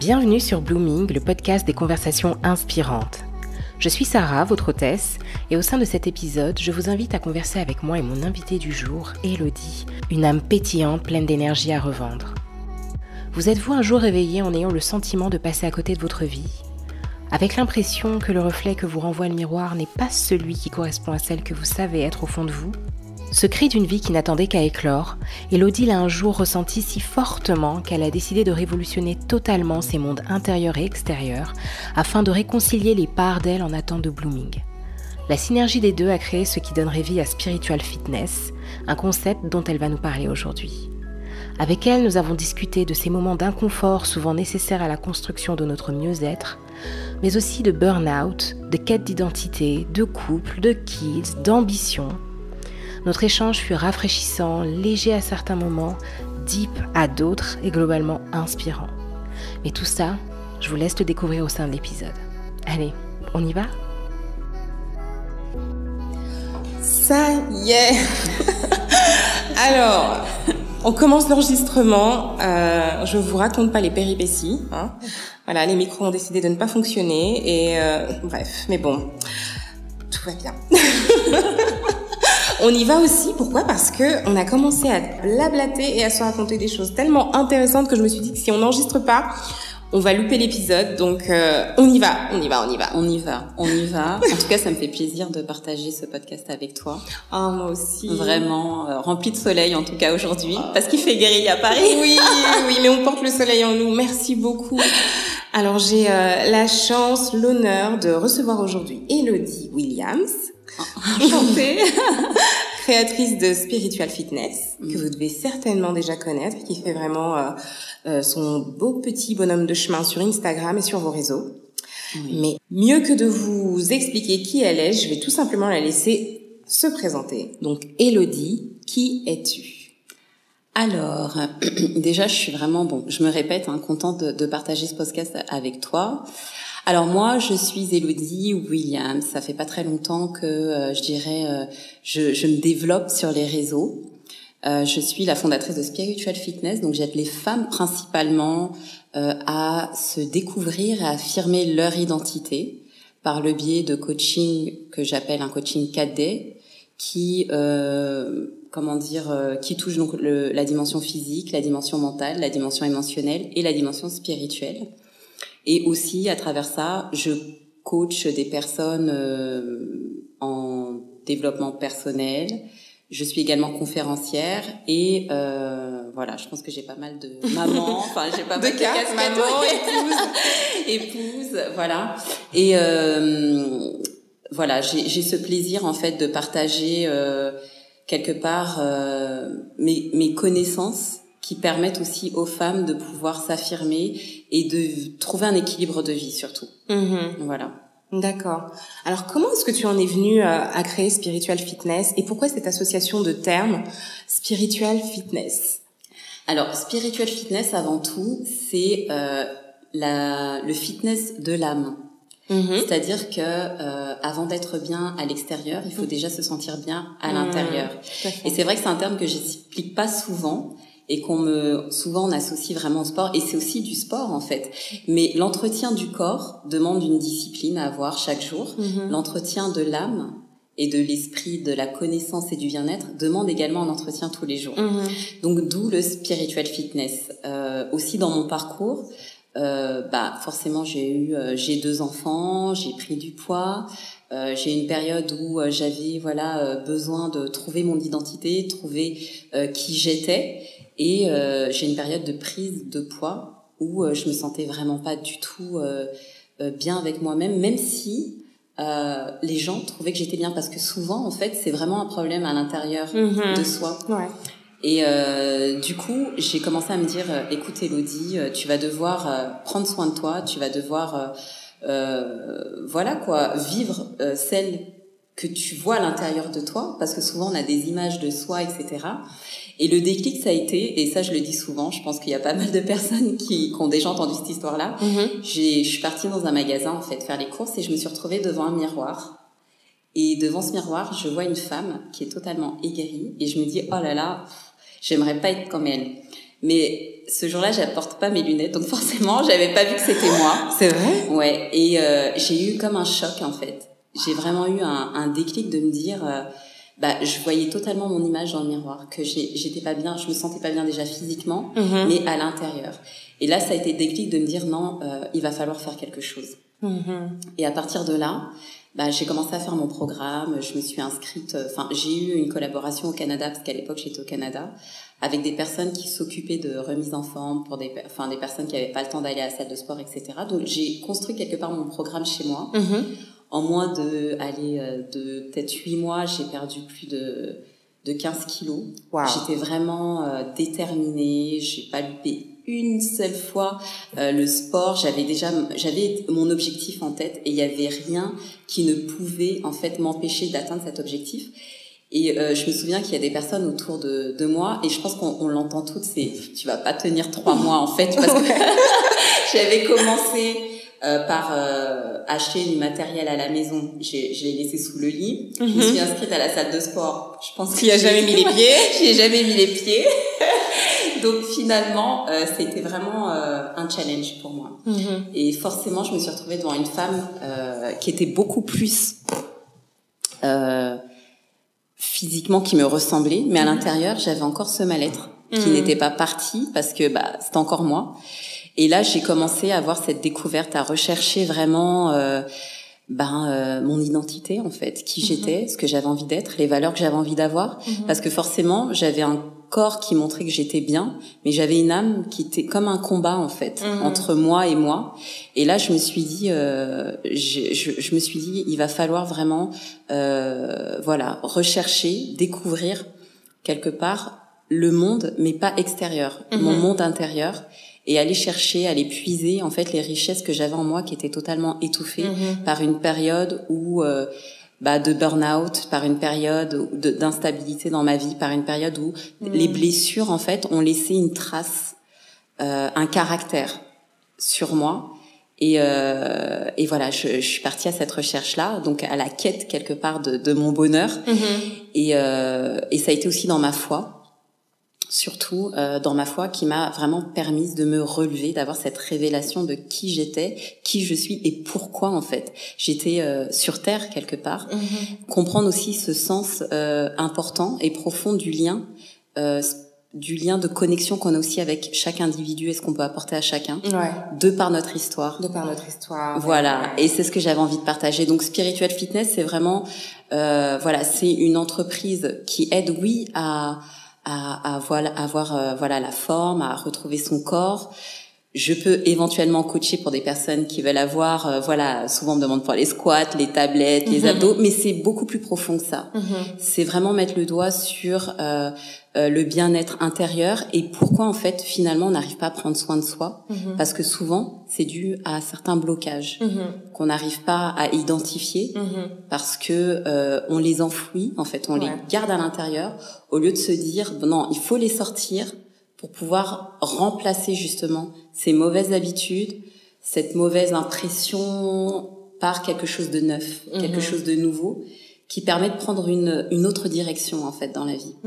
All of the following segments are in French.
Bienvenue sur Blooming, le podcast des conversations inspirantes. Je suis Sarah, votre hôtesse, et au sein de cet épisode, je vous invite à converser avec moi et mon invitée du jour, Elodie, une âme pétillante pleine d'énergie à revendre. Vous êtes-vous un jour réveillé en ayant le sentiment de passer à côté de votre vie, avec l'impression que le reflet que vous renvoie le miroir n'est pas celui qui correspond à celle que vous savez être au fond de vous? Ce cri d'une vie qui n'attendait qu'à éclore, Elodie l'a un jour ressenti si fortement qu'elle a décidé de révolutionner totalement ses mondes intérieurs et extérieurs afin de réconcilier les parts d'elle en attente de blooming. La synergie des deux a créé ce qui donnerait vie à Spiritual Fitness, un concept dont elle va nous parler aujourd'hui. Avec elle, nous avons discuté de ces moments d'inconfort souvent nécessaires à la construction de notre mieux-être, mais aussi de burn-out, de quête d'identité, de couple, de kids, d'ambition. Notre échange fut rafraîchissant, léger à certains moments, deep à d'autres et globalement inspirant. Mais tout ça, je vous laisse le découvrir au sein de l'épisode. Allez, on y va ? Ça y est. Alors, on commence l'enregistrement. Je vous raconte pas les péripéties. Voilà, les micros ont décidé de ne pas fonctionner et bref, mais bon, tout va bien. On y va aussi, pourquoi ? Parce que on a commencé à blablater et à se raconter des choses tellement intéressantes que je me suis dit que si on n'enregistre pas, on va louper l'épisode. Donc on y va. En tout cas, ça me fait plaisir de partager ce podcast avec toi. Ah, moi aussi. Vraiment rempli de soleil en tout cas aujourd'hui, parce qu'il fait gris à Paris. Oui, mais on porte le soleil en nous. Merci beaucoup. Alors j'ai la chance, l'honneur de recevoir aujourd'hui Elodie Williams. Enchantée. Créatrice de Spiritual Fitness, que vous devez certainement déjà connaître, qui fait vraiment son beau petit bonhomme de chemin sur Instagram et sur vos réseaux. Oui. Mais mieux que de vous expliquer qui elle est, je vais tout simplement la laisser se présenter. Donc Elodie, qui es-tu ? Alors, déjà, je suis vraiment, je me répète, contente de partager ce podcast avec toi. Alors moi, je suis Elodie Williams. Ça fait pas très longtemps que je me développe sur les réseaux. Je suis la fondatrice de Spiritual Fitness, donc j'aide les femmes principalement à se découvrir et à affirmer leur identité par le biais de coaching que j'appelle un coaching 4D qui touche donc la dimension physique, la dimension mentale, la dimension émotionnelle et la dimension spirituelle. Et aussi, à travers ça, je coach des personnes en développement personnel. Je suis également conférencière et je pense que j'ai pas mal de mamans, j'ai pas mal de casquettes, maman, épouse, voilà. Et j'ai ce plaisir en fait de partager quelque part mes connaissances qui permettent aussi aux femmes de pouvoir s'affirmer et de trouver un équilibre de vie surtout. Voilà. D'accord. Alors comment est-ce que tu en es venue à créer Spiritual Fitness et pourquoi cette association de termes Spiritual Fitness ? Alors Spiritual Fitness avant tout, c'est le fitness de l'âme. C'est-à-dire que avant d'être bien à l'extérieur, il faut déjà se sentir bien à l'intérieur. Et c'est vrai que c'est un terme que j'explique pas souvent et souvent on associe vraiment au sport, et c'est aussi du sport en fait. Mais l'entretien du corps demande une discipline à avoir chaque jour. L'entretien de l'âme et de l'esprit, de la connaissance et du bien-être demande également un entretien tous les jours. Donc d'où le Spiritual Fitness. Aussi dans mon parcours, forcément j'ai 2 enfants, j'ai pris du poids. J'ai une période où j'avais besoin de trouver mon identité, trouver qui j'étais. Et j'ai une période de prise de poids où je me sentais vraiment pas du tout bien avec moi-même, même si les gens trouvaient que j'étais bien, parce que souvent en fait c'est vraiment un problème à l'intérieur de soi. Ouais. Et du coup j'ai commencé à me dire écoute Elodie, tu vas devoir prendre soin de toi, tu vas devoir vivre celle que tu vois à l'intérieur de toi, parce que souvent on a des images de soi, etc. Et le déclic, ça a été, et ça je le dis souvent, je pense qu'il y a pas mal de personnes qui ont déjà entendu cette histoire-là. Je suis partie dans un magasin en fait faire les courses et je me suis retrouvée devant un miroir. Et devant ce miroir, je vois une femme qui est totalement aigrie et je me dis oh là là, j'aimerais pas être comme elle. Mais ce jour-là, j'apporte pas mes lunettes, donc forcément, j'avais pas vu que c'était moi. C'est vrai? Ouais, et j'ai eu comme un choc en fait. J'ai vraiment eu un déclic de me dire, je voyais totalement mon image dans le miroir, que j'étais pas bien, je me sentais pas bien déjà physiquement, mais à l'intérieur. Et là, ça a été le déclic de me dire non, il va falloir faire quelque chose. Et à partir de là, j'ai commencé à faire mon programme, je me suis inscrite, j'ai eu une collaboration au Canada, parce qu'à l'époque j'étais au Canada, avec des personnes qui s'occupaient de remise en forme pour des personnes qui avaient pas le temps d'aller à la salle de sport, etc. Donc j'ai construit quelque part mon programme chez moi. En moins de peut-être 8 mois, j'ai perdu plus de 15 kilos. Wow. J'étais vraiment déterminée, j'ai pas loupé une seule fois le sport. J'avais mon objectif en tête et il y avait rien qui ne pouvait en fait m'empêcher d'atteindre cet objectif. Et je me souviens qu'il y a des personnes autour de moi, et je pense qu'on l'entend toutes, c'est tu vas pas tenir 3 mois en fait, parce que j'avais commencé par acheter du matériel à la maison. Je l'ai laissé sous le lit. Je me suis inscrite à la salle de sport. Je pense que j'y ai jamais mis les pieds. J'y ai jamais mis les pieds. Donc finalement, c'était vraiment un challenge pour moi. Et forcément, je me suis retrouvée devant une femme qui était beaucoup plus physiquement qui me ressemblait, mais à l'intérieur, j'avais encore ce mal-être qui n'était pas parti parce que c'était encore moi. Et là, j'ai commencé à avoir cette découverte, à rechercher vraiment mon identité en fait, qui j'étais, ce que j'avais envie d'être, les valeurs que j'avais envie d'avoir, parce que forcément, j'avais un corps qui montrait que j'étais bien, mais j'avais une âme qui était comme un combat en fait entre moi et moi. Et là, je me suis dit, je me suis dit, il va falloir vraiment, rechercher, découvrir quelque part le monde, mais pas extérieur, mon monde intérieur, et aller chercher, aller puiser en fait les richesses que j'avais en moi qui étaient totalement étouffées par une période où de burn-out, par une période d'instabilité dans ma vie, par une période où les blessures en fait ont laissé une trace, un caractère sur moi. Et voilà, je suis partie à cette recherche-là, donc à la quête quelque part de mon bonheur. Et ça a été aussi dans ma foi, surtout dans ma foi, qui m'a vraiment permise de me relever, d'avoir cette révélation de qui j'étais, qui je suis et pourquoi en fait j'étais sur terre quelque part. Comprendre aussi ce sens important et profond du lien de connexion qu'on a aussi avec chaque individu et ce qu'on peut apporter à chacun, de par notre histoire. Voilà, et c'est ce que j'avais envie de partager. Donc Spiritual Fitness, c'est vraiment c'est une entreprise qui aide à avoir la forme, à retrouver son corps. Je peux éventuellement coacher pour des personnes qui veulent avoir, souvent on me demande pour les squats, les tablettes, les abdos, mais c'est beaucoup plus profond que ça. C'est vraiment mettre le doigt sur le bien-être intérieur et pourquoi en fait finalement on n'arrive pas à prendre soin de soi, parce que souvent c'est dû à certains blocages qu'on n'arrive pas à identifier parce que on les enfouit en fait, on les garde à l'intérieur au lieu de se dire non, il faut les sortir pour pouvoir remplacer justement ces mauvaises habitudes, cette mauvaise impression par quelque chose de neuf, quelque chose de nouveau qui permet de prendre une autre direction en fait dans la vie.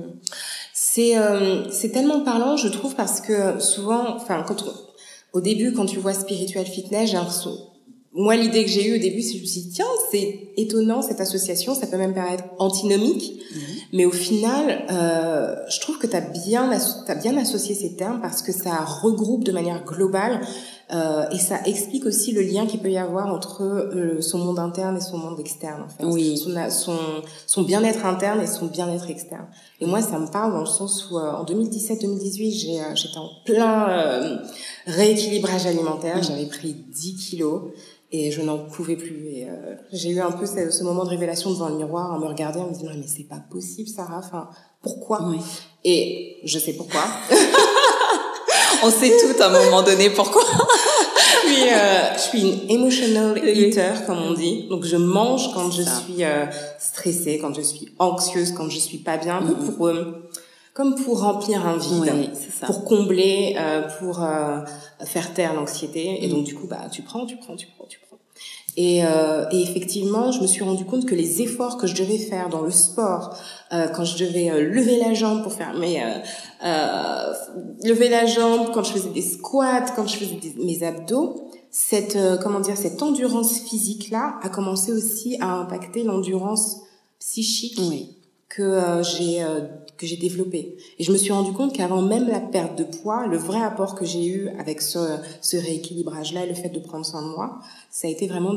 C'est tellement parlant, je trouve, parce que souvent, au début, quand tu vois Spiritual Fitness, j'ai l'impression, moi, l'idée que j'ai eue au début, c'est que je me suis dit, tiens, c'est étonnant cette association, ça peut même paraître antinomique, mais au final, je trouve que t'as bien associé ces termes parce que ça regroupe de manière globale et ça explique aussi le lien qu'il peut y avoir entre son monde interne et son monde externe, en fait. Oui. Son bien-être interne et son bien-être externe. Et moi, ça me parle dans le sens où en 2017-2018, j'étais en plein rééquilibrage alimentaire, j'avais pris 10 kilos. Et je n'en pouvais plus. Et j'ai eu un peu ce moment de révélation devant le miroir, en me regardant, en me disant mais c'est pas possible, Sarah. Enfin, pourquoi? Et je sais pourquoi. On sait tout à un moment donné pourquoi. Je suis une emotional eater, comme on dit. Donc je mange quand je suis stressée, quand je suis anxieuse, quand je suis pas bien, comme pour remplir un vide, pour combler, pour faire taire l'anxiété. Et donc du coup, tu prends. Et effectivement, je me suis rendu compte que les efforts que je devais faire dans le sport, quand je devais lever la jambe pour faire lever la jambe, quand je faisais des squats, quand je faisais mes abdos, cette endurance physique là a commencé aussi à impacter l'endurance psychique que j'ai développée. Et je me suis rendu compte qu'avant même la perte de poids, le vrai apport que j'ai eu avec ce rééquilibrage là et le fait de prendre soin de moi, ça a été vraiment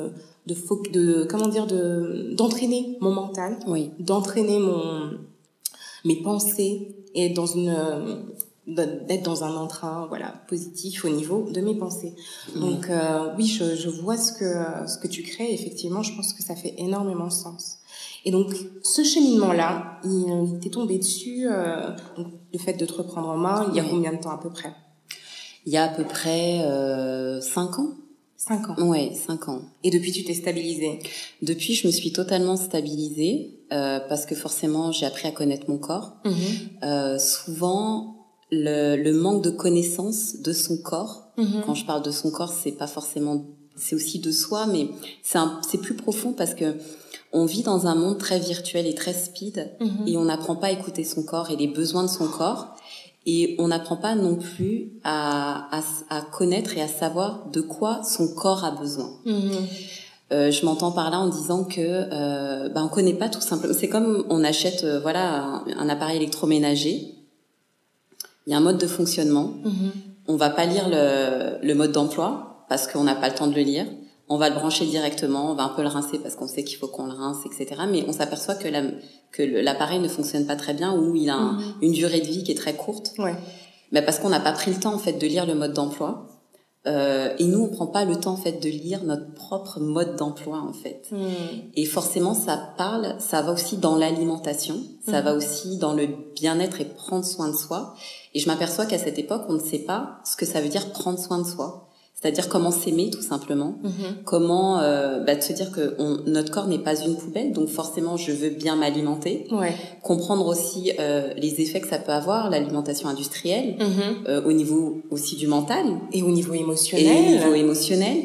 d'entraîner mon mental, d'entraîner mes pensées et d'être dans un entrain positif au niveau de mes pensées. Donc oui, je vois ce que tu crées. Effectivement, je pense que ça fait énormément sens. Et donc ce cheminement là, il t'est tombé dessus, donc, le fait de te reprendre en main, il y a combien de temps à peu près? Il y a à peu près 5 ans. 5 ans. Ouais, 5 ans. Et depuis, tu t'es stabilisée? Depuis, je me suis totalement stabilisée parce que forcément, j'ai appris à connaître mon corps. Souvent, le manque de connaissance de son corps. Quand je parle de son corps, c'est pas forcément, c'est aussi de soi, mais c'est plus profond parce que on vit dans un monde très virtuel et très speed et on n'apprend pas à écouter son corps et les besoins de son corps. Et on n'apprend pas non plus à connaître et à savoir de quoi son corps a besoin. Je m'entends par là en disant que on connaît pas tout simplement. C'est comme on achète un appareil électroménager. Il y a un mode de fonctionnement. On va pas lire le mode d'emploi parce qu'on n'a pas le temps de le lire. On va le brancher directement, on va un peu le rincer parce qu'on sait qu'il faut qu'on le rince, etc. Mais on s'aperçoit que l'appareil ne fonctionne pas très bien ou il a une durée de vie qui est très courte. Mais parce qu'on n'a pas pris le temps en fait de lire le mode d'emploi. Et nous, on prend pas le temps en fait de lire notre propre mode d'emploi en fait. Et forcément, ça va aussi dans l'alimentation, ça va aussi dans le bien-être et prendre soin de soi. Et je m'aperçois qu'à cette époque, on ne sait pas ce que ça veut dire prendre soin de soi. C'est-à-dire comment s'aimer tout simplement, comment de se dire que notre corps n'est pas une poubelle, donc forcément je veux bien m'alimenter, comprendre aussi les effets que ça peut avoir, l'alimentation industrielle, au niveau aussi du mental et au niveau émotionnel,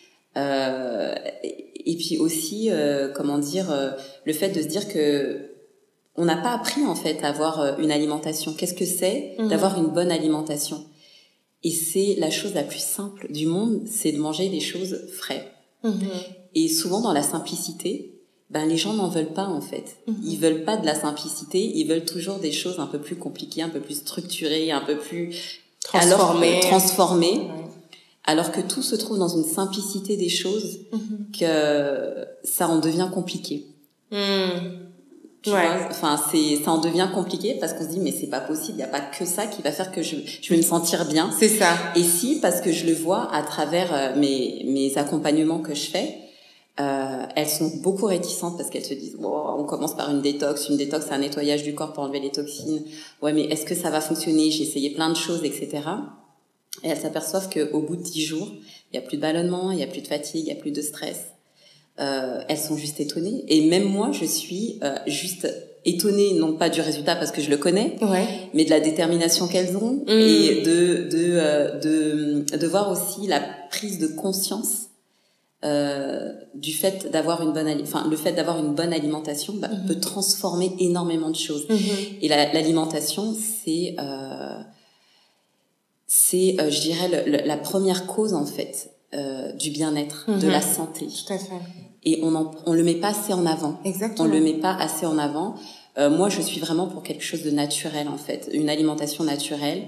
et puis aussi le fait de se dire que on n'a pas appris en fait à avoir une alimentation. Qu'est-ce que c'est d'avoir une bonne alimentation? Et c'est la chose la plus simple du monde, c'est de manger des choses fraîches. Et souvent dans la simplicité, les gens n'en veulent pas en fait. Ils veulent pas de la simplicité, ils veulent toujours des choses un peu plus compliquées, un peu plus structurées, un peu plus transformées. Alors que tout se trouve dans une simplicité des choses que ça en devient compliqué. Tu vois, ça en devient compliqué parce qu'on se dit mais c'est pas possible, il y a pas que ça qui va faire que je vais me sentir bien. C'est ça. Et si, parce que je le vois à travers mes accompagnements que je fais, elles sont beaucoup réticentes parce qu'elles se disent on commence par une détox, c'est un nettoyage du corps pour enlever les toxines. Ouais, mais est-ce que ça va fonctionner? J'ai essayé plein de choses, etc. Et elles s'aperçoivent qu'au bout de 10 jours, il y a plus de ballonnement, il y a plus de fatigue, il y a plus de stress. Elles sont juste étonnées. Et même moi, je suis juste étonnée, non pas du résultat parce que je le connais, mais de la détermination qu'elles ont et de voir aussi la prise de conscience du fait d'avoir une bonne le fait d'avoir une bonne alimentation peut transformer énormément de choses. Et l'alimentation, c'est je dirais la première cause en fait du bien-être, de la santé. Tout à fait. Et on le met pas assez en avant. Exactement. On le met pas assez en avant. Moi, je suis vraiment pour quelque chose de naturel en fait, une alimentation naturelle,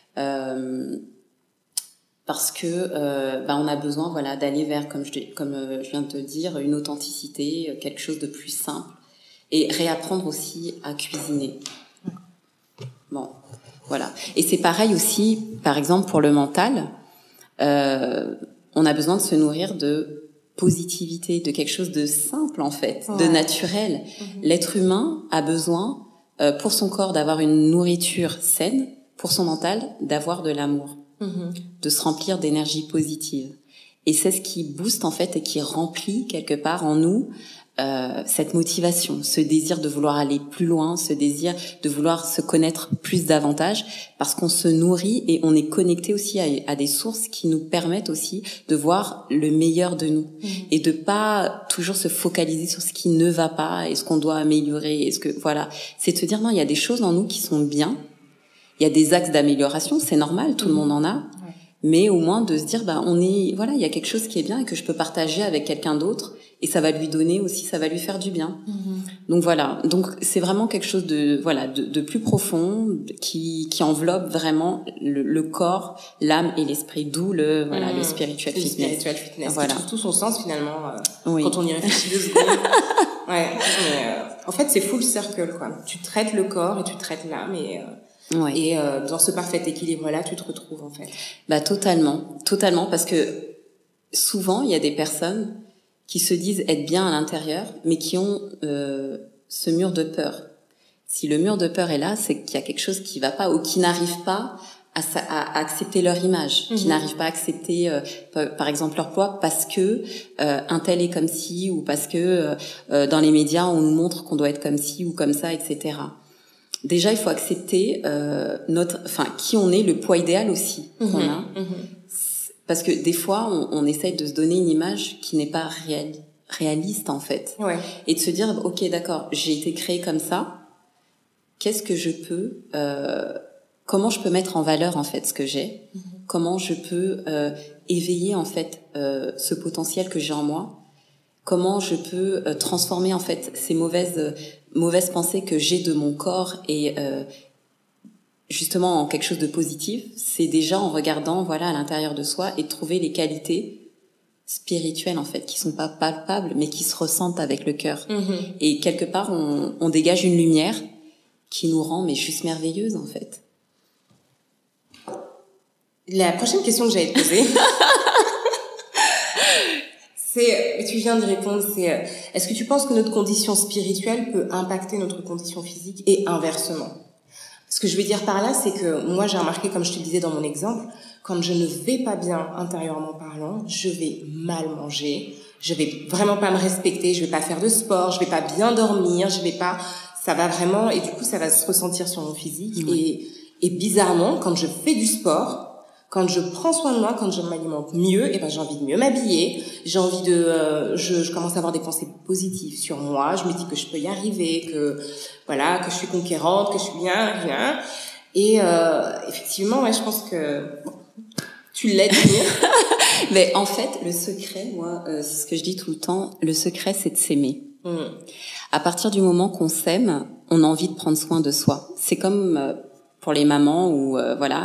parce que on a besoin d'aller vers comme je viens de te dire une authenticité, quelque chose de plus simple et réapprendre aussi à cuisiner. Bon, voilà. Et c'est pareil aussi, par exemple pour le mental, on a besoin de se nourrir de positivité, de quelque chose de simple en fait, de naturel. L'être humain a besoin pour son corps d'avoir une nourriture saine, pour son mental d'avoir de l'amour, de se remplir d'énergie positive. Et c'est ce qui booste en fait et qui remplit quelque part en nous cette motivation, ce désir de vouloir aller plus loin, ce désir de vouloir se connaître plus davantage, parce qu'on se nourrit et on est connecté aussi à des sources qui nous permettent aussi de voir le meilleur de nous et de pas toujours se focaliser sur ce qui ne va pas et ce qu'on doit améliorer. Est-ce que voilà, c'est de se dire non, il y a des choses en nous qui sont bien, il y a des axes d'amélioration, c'est normal, tout le monde en a. Mais au moins de se dire, il y a quelque chose qui est bien et que je peux partager avec quelqu'un d'autre et ça va lui donner aussi, ça va lui faire du bien. Donc voilà. Donc c'est vraiment quelque chose de plus profond qui enveloppe vraiment le corps, l'âme et l'esprit, d'où le spiritual fitness. Le spiritual fitness. Voilà. Qui trouve tout son sens finalement quand on y réfléchit 2 secondes. Ouais. Mais, en fait, c'est full circle quoi. Tu traites le corps et tu traites l'âme et dans ce parfait équilibre-là, tu te retrouves en fait. Totalement, parce que souvent il y a des personnes qui se disent être bien à l'intérieur, mais qui ont ce mur de peur. Si le mur de peur est là, c'est qu'il y a quelque chose qui va pas ou qui n'arrive pas à accepter leur image, qui n'arrivent pas à accepter par exemple leur poids parce que un tel est comme ci ou parce que dans les médias on nous montre qu'on doit être comme ci ou comme ça, etc. Déjà, il faut accepter qui on est, le poids idéal aussi qu'on a, parce que des fois, on essaye de se donner une image qui n'est pas réaliste en fait, et de se dire, ok, d'accord, j'ai été créée comme ça. Qu'est-ce que je peux, comment je peux mettre en valeur en fait ce que j'ai, comment je peux éveiller en fait ce potentiel que j'ai en moi. Comment je peux transformer en fait ces mauvaises pensées que j'ai de mon corps et justement en quelque chose de positif. C'est déjà en regardant à l'intérieur de soi et de trouver les qualités spirituelles en fait qui sont pas palpables mais qui se ressentent avec le cœur. Et quelque part on dégage une lumière qui nous rend mais juste merveilleuse en fait. La prochaine question que j'allais te poser. Tu viens de répondre, est-ce que tu penses que notre condition spirituelle peut impacter notre condition physique et inversement? Ce que je veux dire par là, c'est que moi j'ai remarqué, comme je te le disais dans mon exemple, quand je ne vais pas bien intérieurement parlant, je vais mal manger, je vais vraiment pas me respecter, je vais pas faire de sport, je vais pas bien dormir, ça va vraiment, et du coup ça va se ressentir sur mon physique. Et bizarrement, quand je fais du sport, quand je prends soin de moi, quand je m'alimente mieux, j'ai envie de mieux m'habiller, j'ai envie je commence à avoir des pensées positives sur moi, je me dis que je peux y arriver, que je suis conquérante, que je suis bien. Et effectivement, je pense que tu l'aides bien. Mais en fait, le secret, moi, c'est ce que je dis tout le temps, le secret c'est de s'aimer. À partir du moment qu'on s'aime, on a envie de prendre soin de soi. C'est comme pour les mamans ou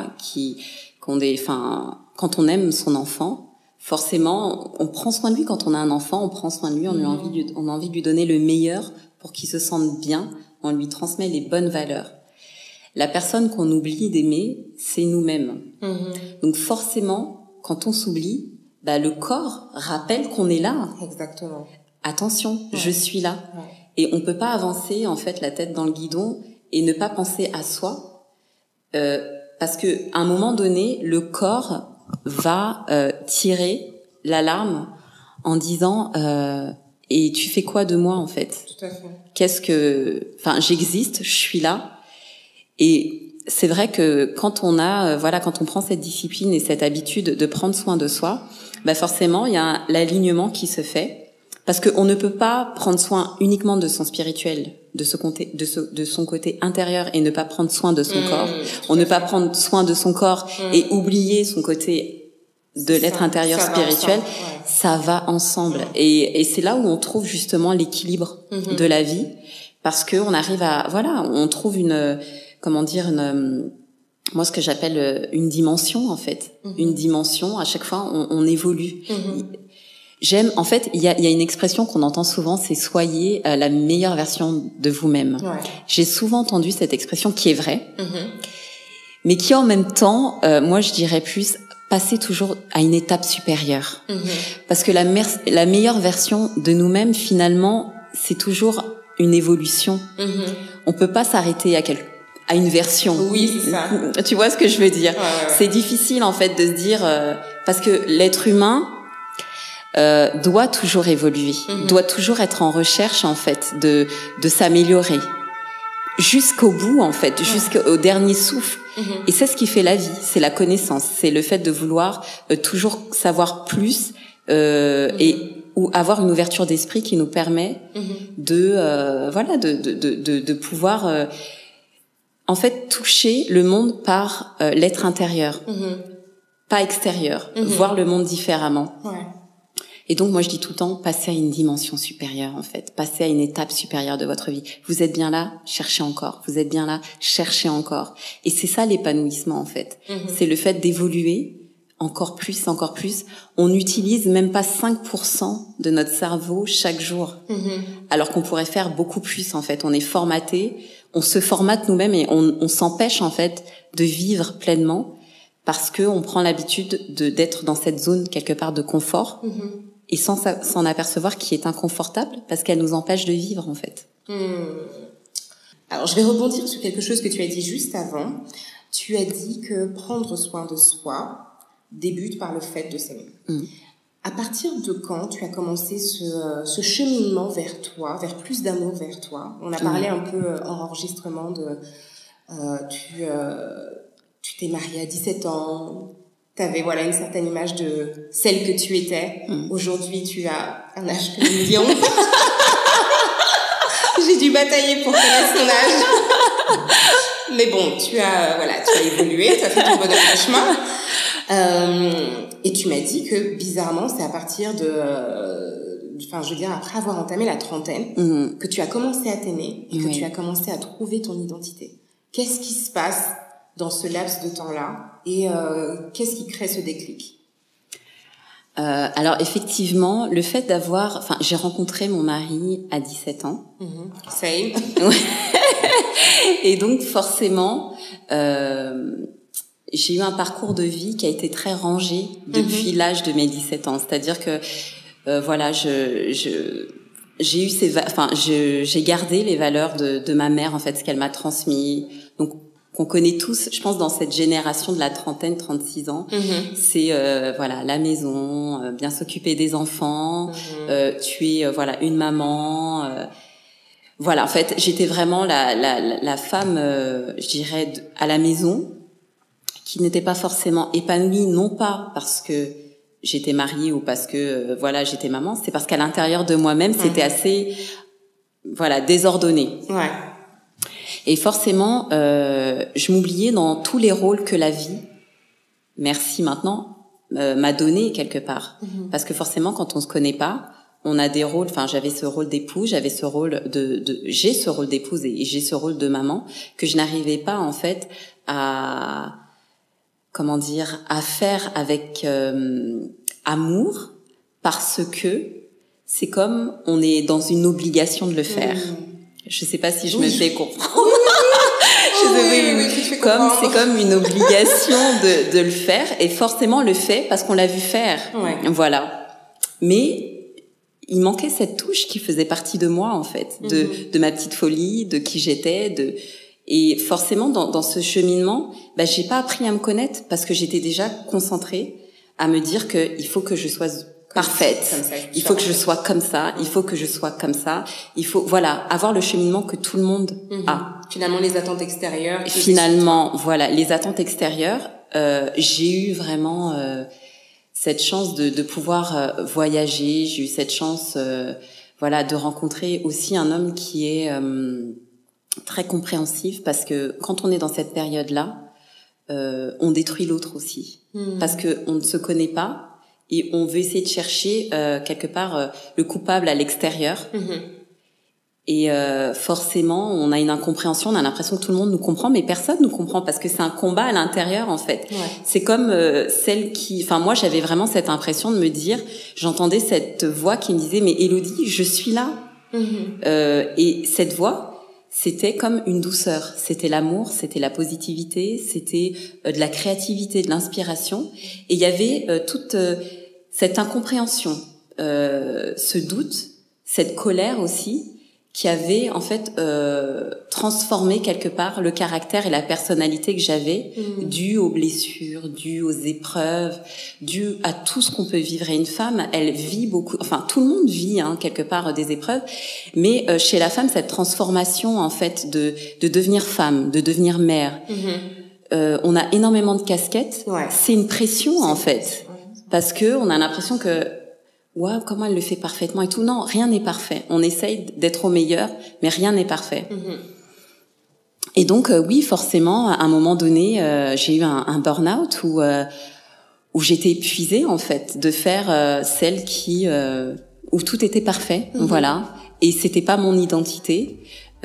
quand on aime son enfant, forcément, on prend soin de lui. Quand on a un enfant, on prend soin de lui, on a envie de lui donner le meilleur pour qu'il se sente bien, on lui transmet les bonnes valeurs. La personne qu'on oublie d'aimer, c'est nous-mêmes. Donc forcément, quand on s'oublie, le corps rappelle qu'on est là. Exactement. Attention, je suis là. Et on peut pas avancer, en fait, la tête dans le guidon et ne pas penser à soi, parce que à un moment donné, le corps va tirer l'alarme en disant et tu fais quoi de moi en fait? Tout à fait. J'existe, je suis là. Et c'est vrai que quand on prend cette discipline et cette habitude de prendre soin de soi, forcément il y a l'alignement qui se fait. Parce qu'on ne peut pas prendre soin uniquement de son spirituel, de son côté intérieur et ne pas prendre soin de son corps. On ne peut pas prendre soin de son corps et oublier son côté de l'être intérieur spirituel. Ça va ensemble. Et c'est là où on trouve justement l'équilibre de la vie. Parce que on arrive on trouve moi ce que j'appelle une dimension en fait. Une dimension, à chaque fois on évolue. En fait, il y a une expression qu'on entend souvent, c'est soyez la meilleure version de vous-même. J'ai souvent entendu cette expression qui est vraie, mais qui en même temps, moi je dirais plus, passer toujours à une étape supérieure. Parce que la meilleure version de nous-mêmes, finalement, c'est toujours une évolution. On peut pas s'arrêter à une version. Oui, c'est ça. Tu vois ce que je veux dire? C'est difficile en fait de se dire, parce que l'être humain, doit toujours évoluer, doit toujours être en recherche en fait de s'améliorer jusqu'au bout en fait, jusqu'au dernier souffle. Et c'est ce qui fait la vie, c'est la connaissance, c'est le fait de vouloir toujours savoir plus et ou avoir une ouverture d'esprit qui nous permet de pouvoir en fait toucher le monde par l'être intérieur, pas extérieur, voir le monde différemment. Ouais. Et donc, moi, je dis tout le temps, passez à une dimension supérieure, en fait. Passez à une étape supérieure de votre vie. Vous êtes bien là, cherchez encore. Vous êtes bien là, cherchez encore. Et c'est ça l'épanouissement, en fait. C'est le fait d'évoluer encore plus, encore plus. On n'utilise même pas 5% de notre cerveau chaque jour. Alors qu'on pourrait faire beaucoup plus, en fait. On est formaté, on se formate nous-mêmes et on s'empêche, en fait, de vivre pleinement parce que on prend l'habitude d'être dans cette zone, quelque part, de confort. Et sans s'en apercevoir qui est inconfortable parce qu'elle nous empêche de vivre en fait. Alors je vais rebondir sur quelque chose que tu as dit juste avant. Tu as dit que prendre soin de soi débute par le fait de s'aimer. À partir de quand tu as commencé ce cheminement vers toi, vers plus d'amour vers toi? On a parlé un peu en enregistrement de tu t'es mariée à 17 ans. T'avais une certaine image de celle que tu étais. Aujourd'hui, tu as un âge que nous dirons. J'ai dû batailler pour connaître son âge. Mais bon, tu as évolué, tu as fait ton bonhomme de chemin. Et tu m'as dit que bizarrement, c'est à partir après avoir entamé la trentaine, que tu as commencé à t'aimer et que tu as commencé à trouver ton identité. Qu'est-ce qui se passe dans ce laps de temps-là et qu'est-ce qui crée ce déclic? Alors effectivement, le fait j'ai rencontré mon mari à 17 ans. Same. Et donc forcément, j'ai eu un parcours de vie qui a été très rangé depuis l'âge de mes 17 ans. C'est-à-dire que j'ai eu j'ai gardé les valeurs de ma mère en fait, ce qu'elle m'a transmis. Donc qu'on connaît tous, je pense, dans cette génération de la trentaine, 36 ans, c'est la maison, bien s'occuper des enfants, tu es une maman. En fait, j'étais vraiment la femme, je dirais, à la maison, qui n'était pas forcément épanouie, non pas parce que j'étais mariée ou parce que j'étais maman, c'est parce qu'à l'intérieur de moi-même, c'était assez désordonné. Ouais. Et forcément, je m'oubliais dans tous les rôles que la vie, merci maintenant, m'a donné quelque part. Parce que forcément, quand on se connaît pas, on a des rôles. Enfin, j'avais ce rôle d'épouse, j'avais ce rôle j'ai ce rôle d'épouse et j'ai ce rôle de maman que je n'arrivais pas en fait à faire avec amour, parce que c'est comme on est dans une obligation de le faire. Je sais pas si je me fais comprendre. C'est comme une obligation de le faire, et forcément le fait parce qu'on l'a vu faire. Voilà. Mais il manquait cette touche qui faisait partie de moi en fait, de ma petite folie, de qui j'étais, et forcément dans ce cheminement, j'ai pas appris à me connaître parce que j'étais déjà concentrée à me dire que il faut que je sois parfaite, il faut que je sois comme ça, il faut que je sois comme ça, il faut avoir le cheminement que tout le monde a. Finalement les attentes extérieures. Les attentes extérieures, j'ai eu vraiment cette chance de pouvoir voyager, j'ai eu cette chance de rencontrer aussi un homme qui est très compréhensif, parce que quand on est dans cette période-là, on détruit l'autre aussi, parce que on ne se connaît pas. Et on veut essayer de chercher quelque part le coupable à l'extérieur. Et forcément, on a une incompréhension, on a l'impression que tout le monde nous comprend, mais personne nous comprend parce que c'est un combat à l'intérieur en fait. C'est comme moi j'avais vraiment cette impression de me dire, j'entendais cette voix qui me disait mais Élodie, je suis là. Et cette voix, c'était comme une douceur, c'était l'amour, c'était la positivité, c'était de la créativité, de l'inspiration, et il y avait toute cette incompréhension, ce doute, cette colère aussi, qui avait en fait transformé quelque part le caractère et la personnalité que j'avais, dû aux blessures, dû aux épreuves, dû à tout ce qu'on peut vivre. Et une femme, elle vit beaucoup, enfin tout le monde vit quelque part des épreuves, mais chez la femme, cette transformation en fait de devenir femme, de devenir mère, on a énormément de casquettes. C'est une pression en fait, parce que on a l'impression que waouh, comment elle le fait parfaitement et tout. Non, rien n'est parfait. On essaye d'être au meilleur, mais rien n'est parfait. Et donc, oui, forcément, à un moment donné, j'ai eu un burn-out où j'étais épuisée, en fait, de faire celle où tout était parfait. Voilà. Et c'était pas mon identité.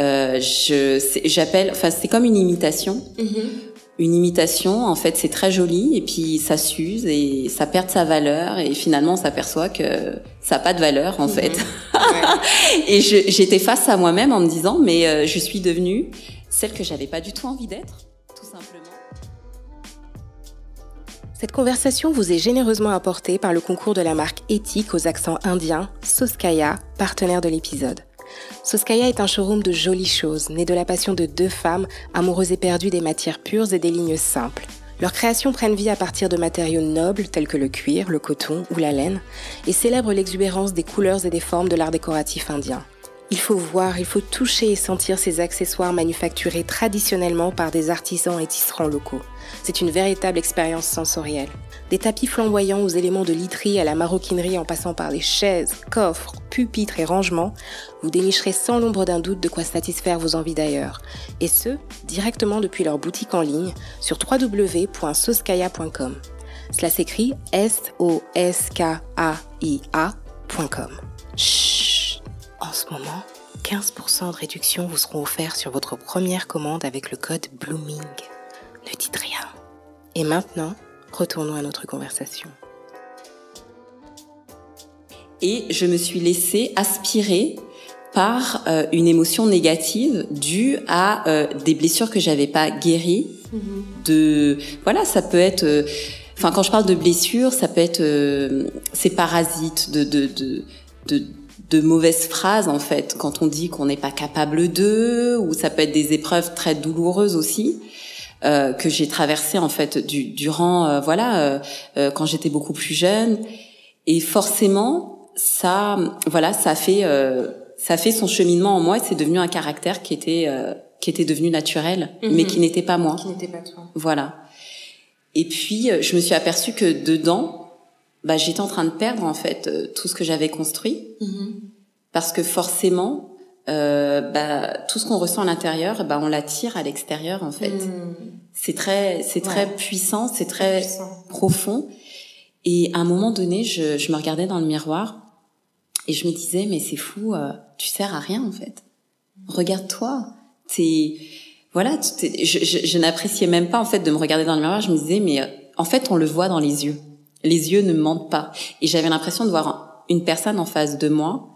C'est comme une imitation. Une imitation, en fait, c'est très joli, et puis ça s'use et ça perd sa valeur, et finalement on s'aperçoit que ça n'a pas de valeur, en fait. Et j'étais face à moi-même en me disant, mais je suis devenue celle que j'avais pas du tout envie d'être, tout simplement. Cette conversation vous est généreusement apportée par le concours de la marque éthique aux accents indiens, Soskaya, partenaire de l'épisode. Soskaya est un showroom de jolies choses, né de la passion de 2 femmes amoureuses éperdues des matières pures et des lignes simples. Leurs créations prennent vie à partir de matériaux nobles tels que le cuir, le coton ou la laine et célèbrent l'exubérance des couleurs et des formes de l'art décoratif indien. Il faut voir, il faut toucher et sentir ces accessoires manufacturés traditionnellement par des artisans et tisserands locaux. C'est une véritable expérience sensorielle. Des tapis flamboyants aux éléments de literie à la maroquinerie en passant par les chaises, coffres, pupitres et rangements, vous dénicherez sans l'ombre d'un doute de quoi satisfaire vos envies d'ailleurs. Et ce, directement depuis leur boutique en ligne sur www.soskaya.com. Cela s'écrit SOSKAIA.com. Chut! En ce moment, 15% de réduction vous seront offerts sur votre première commande avec le code BLOOMING. Ne dites rien. Et maintenant, retournons à notre conversation. Et je me suis laissée aspirer par une émotion négative due à des blessures que j'avais pas guéries. Voilà, ça peut être... quand je parle de blessures, ça peut être ces parasites de mauvaises phrases, en fait, quand on dit qu'on n'est pas capable d'eux, ou ça peut être des épreuves très douloureuses aussi, que j'ai traversées, en fait, durant quand j'étais beaucoup plus jeune. Et forcément, ça a fait son cheminement en moi, et c'est devenu un caractère qui était devenu naturel, mais qui n'était pas moi. Qui n'était pas toi. Voilà. Et puis, je me suis aperçue que dedans, j'étais en train de perdre, en fait, tout ce que j'avais construit. Parce que forcément, tout ce qu'on ressent à l'intérieur, on l'attire à l'extérieur, en fait. C'est très puissant, c'est très profond. Et à un moment donné, je me regardais dans le miroir et je me disais, mais c'est fou, tu sers à rien, en fait. Regarde-toi. Je n'appréciais même pas, en fait, de me regarder dans le miroir. Je me disais, mais en fait, on le voit dans les yeux. Les yeux ne mentent pas. Et j'avais l'impression de voir une personne en face de moi,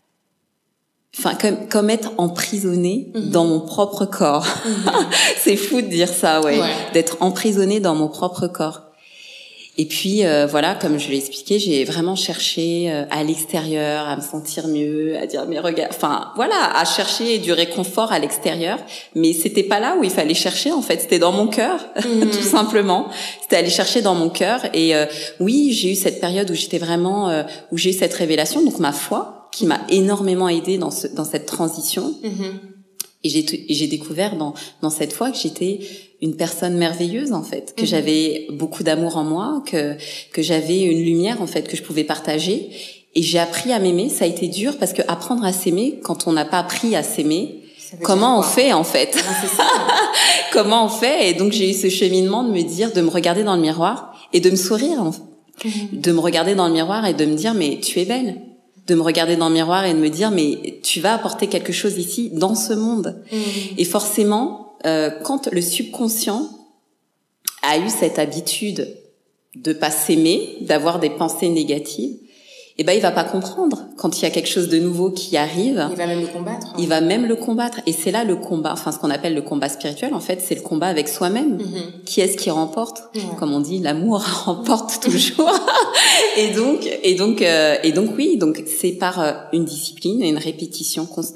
comme être emprisonnée dans mon propre corps. C'est fou de dire ça, d'être emprisonnée dans mon propre corps. Et puis comme je l'ai expliqué, j'ai vraiment cherché à l'extérieur, à me sentir mieux, à dire mais regarde, à chercher du réconfort à l'extérieur, mais c'était pas là où il fallait chercher, en fait, c'était dans mon cœur, tout simplement. C'était aller chercher dans mon cœur. Et oui, j'ai eu cette période où j'étais vraiment où j'ai eu cette révélation, donc ma foi qui m'a énormément aidée dans cette transition. Et j'ai découvert dans cette foi que j'étais une personne merveilleuse, en fait, que j'avais beaucoup d'amour en moi, que j'avais une lumière, en fait, que je pouvais partager. Et j'ai appris à m'aimer. Ça a été dur parce que apprendre à s'aimer, quand on n'a pas appris à s'aimer, comment on fait, en fait? Comment on fait? Et donc j'ai eu ce cheminement de me regarder dans le miroir et de me sourire, de me regarder dans le miroir et de me dire mais tu es belle. De me regarder dans le miroir et de me dire mais tu vas apporter quelque chose ici dans ce monde. Et forcément, quand le subconscient a eu cette habitude de pas s'aimer, d'avoir des pensées négatives, il va pas comprendre quand il y a quelque chose de nouveau qui arrive. Il va même le combattre. Il va même le combattre. Et c'est là le combat, ce qu'on appelle le combat spirituel, en fait, c'est le combat avec soi-même. Qui est-ce qui remporte? Comme on dit, l'amour remporte toujours. Et donc oui, donc c'est par une discipline et une répétition constante.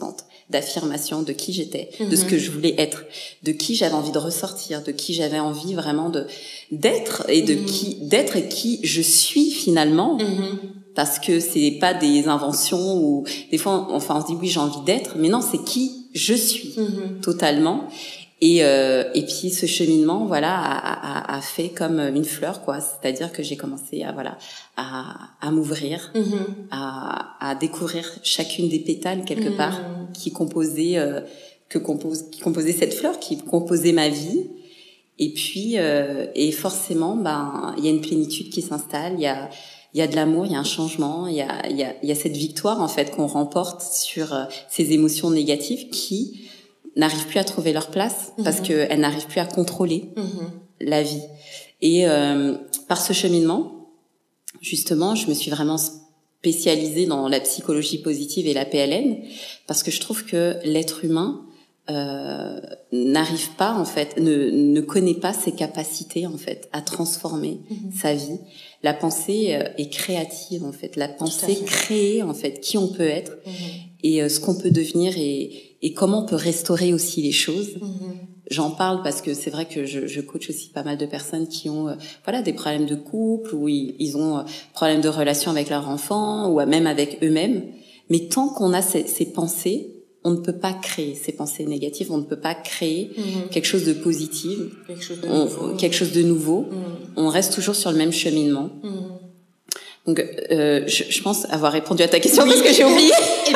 d'affirmation de qui j'étais, de ce que je voulais être, de qui j'avais envie de ressortir, de qui j'avais envie vraiment d'être et d'être et qui je suis finalement. Parce que c'est pas des inventions ou des fois on se dit oui, j'ai envie d'être, mais non, c'est qui je suis totalement. Et puis ce cheminement a fait comme une fleur, quoi, c'est-à-dire que j'ai commencé à m'ouvrir, à découvrir chacune des pétales quelque part qui composaient cette fleur, qui composait ma vie. Et puis et forcément il y a une plénitude qui s'installe, il y a de l'amour, il y a un changement, il y a cette victoire en fait qu'on remporte sur ces émotions négatives qui n'arrivent plus à trouver leur place parce qu'elles n'arrivent plus à contrôler la vie. Et par ce cheminement, justement, je me suis vraiment spécialisée dans la psychologie positive et la PLN parce que je trouve que l'être humain n'arrive pas en fait, ne connaît pas ses capacités en fait à transformer sa vie. La pensée est créative en fait, la pensée crée en fait qui on peut être et ce qu'on peut devenir et comment on peut restaurer aussi les choses. J'en parle parce que c'est vrai que je coach aussi pas mal de personnes qui ont des problèmes de couple ou ils ont problèmes de relation avec leur enfant ou même avec eux-mêmes. Mais tant qu'on a ces pensées, on ne peut pas créer ces pensées négatives, on ne peut pas créer quelque chose de positif, quelque chose de nouveau. On reste toujours sur le même cheminement. Donc, je pense avoir répondu à ta question parce que j'ai oublié.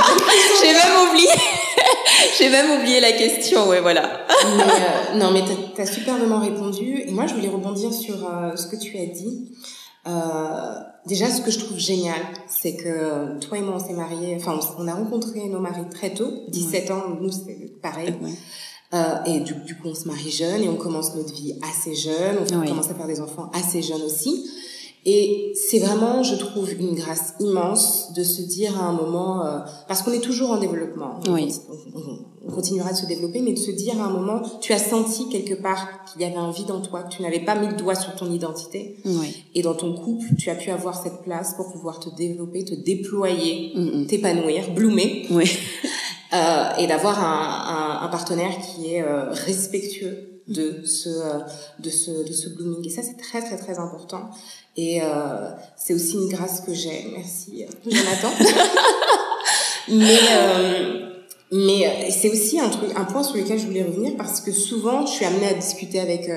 J'ai même oublié la question, ouais, voilà. Non, mais t'as superbement répondu. Et moi, je voulais rebondir sur ce que tu as dit. Déjà, ce que je trouve génial, c'est que toi et moi, on s'est mariés, on a rencontré nos maris très tôt, 17 ans, nous, c'est pareil. Et du coup, on se marie jeune et on commence notre vie assez jeune, on commence à faire des enfants assez jeunes aussi. Et c'est vraiment, je trouve, une grâce immense de se dire à un moment, parce qu'on est toujours en développement, on continuera de se développer, mais de se dire à un moment, tu as senti quelque part qu'il y avait un vide en toi, que tu n'avais pas mis le doigt sur ton identité, et dans ton couple, tu as pu avoir cette place pour pouvoir te développer, te déployer, t'épanouir, bloomer, et d'avoir un partenaire qui est respectueux de ce blooming. Et ça, c'est très, très, très important. Et c'est aussi une grâce que j'ai. Merci, Jonathan. Mais c'est aussi un point sur lequel je voulais revenir parce que souvent, je suis amenée à discuter avec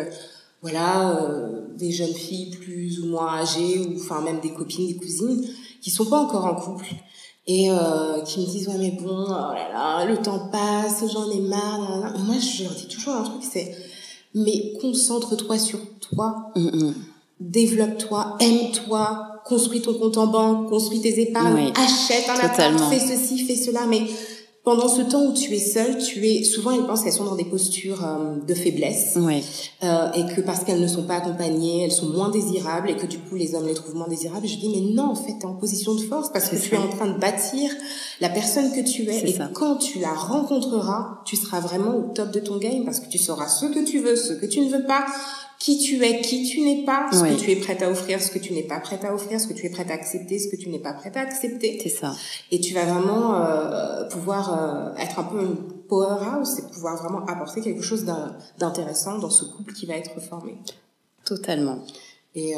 des jeunes filles plus ou moins âgées ou même des copines, des cousines qui sont pas encore en couple. Et qui me disent mais bon, oh là là, le temps passe, j'en ai marre. Et moi, je leur dis toujours un truc, c'est mais concentre-toi sur toi, développe-toi, aime-toi, construis ton compte en banque, construis tes épargnes, achète un appart, fais ceci, fais cela. Mais pendant ce temps où tu es seule, souvent elles pensent qu'elles sont dans des postures de faiblesse, et que parce qu'elles ne sont pas accompagnées, elles sont moins désirables et que du coup les hommes les trouvent moins désirables. Je dis mais non, en fait t'es en position de force parce que tu es en train de bâtir la personne que tu es quand tu la rencontreras, tu seras vraiment au top de ton game parce que tu sauras ce que tu veux, ce que tu ne veux pas, qui tu es, qui tu n'es pas, ce que tu es prête à offrir, ce que tu n'es pas prête à offrir, ce que tu es prête à accepter, ce que tu n'es pas prête à accepter. C'est ça. Et tu vas vraiment pouvoir être un peu une powerhouse et pouvoir vraiment apporter quelque chose d'intéressant dans ce couple qui va être formé. Totalement. Et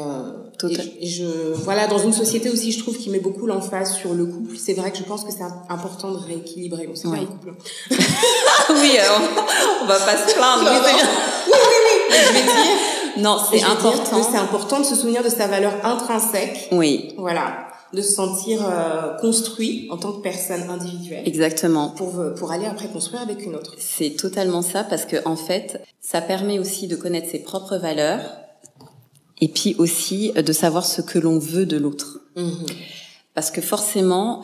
dans une société aussi, je trouve, qui met beaucoup l'emphase sur le couple. C'est vrai que je pense que c'est important de rééquilibrer. Bon, c'est pas un couple. Oui, on va pas se plaindre. Oui. Je vais dire. Non, c'est important. C'est important de se souvenir de sa valeur intrinsèque. Oui. Voilà. De se sentir construit en tant que personne individuelle. Exactement. Pour aller après construire avec une autre. C'est totalement ça parce que en fait, ça permet aussi de connaître ses propres valeurs. Et puis aussi de savoir ce que l'on veut de l'autre. Parce que forcément,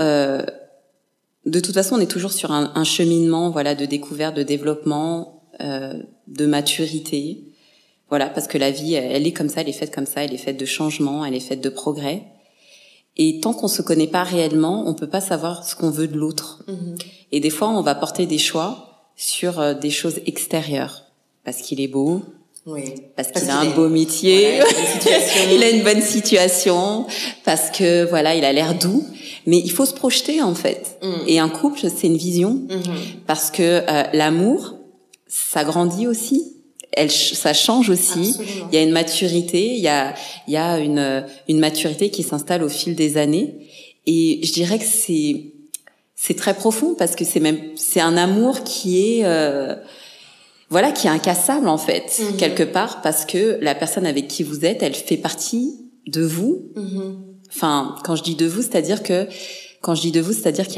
de toute façon, on est toujours sur un cheminement, de découverte, de développement, de maturité. Voilà, parce que la vie, elle est comme ça, elle est faite comme ça, elle est faite de changements, elle est faite de progrès. Et tant qu'on se connaît pas réellement, on peut pas savoir ce qu'on veut de l'autre. Et des fois, on va porter des choix sur des choses extérieures. Parce qu'il est beau, Oui. Parce qu'il a un beau métier. Voilà, il a une bonne situation. Parce que, voilà, il a l'air doux. Mais il faut se projeter, en fait. Et un couple, c'est une vision. Parce que l'amour, ça grandit aussi. Ça change aussi. Absolument. Il y a une maturité. Il y a une maturité qui s'installe au fil des années. Et je dirais que c'est très profond parce que c'est un amour qui est qui est incassable en fait quelque part, parce que la personne avec qui vous êtes, elle fait partie de vous. Enfin, quand je dis de vous, c'est-à-dire qu'il y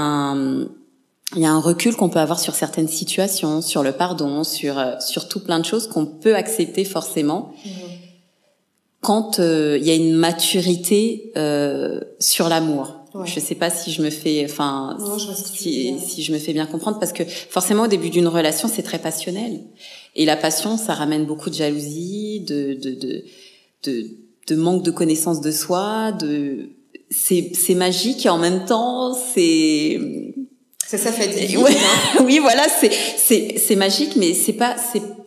a un recul qu'on peut avoir sur certaines situations, sur le pardon, sur tout plein de choses qu'on peut accepter forcément. Quand il y a une maturité sur l'amour. Ouais. Je sais pas si je me fais, si je me fais bien comprendre, parce que forcément au début d'une relation c'est très passionnel, et la passion ça ramène beaucoup de jalousie, de manque de connaissance de soi, c'est magique et en même temps c'est ça fait du bien. Ouais. Oui, voilà, c'est magique, mais c'est pas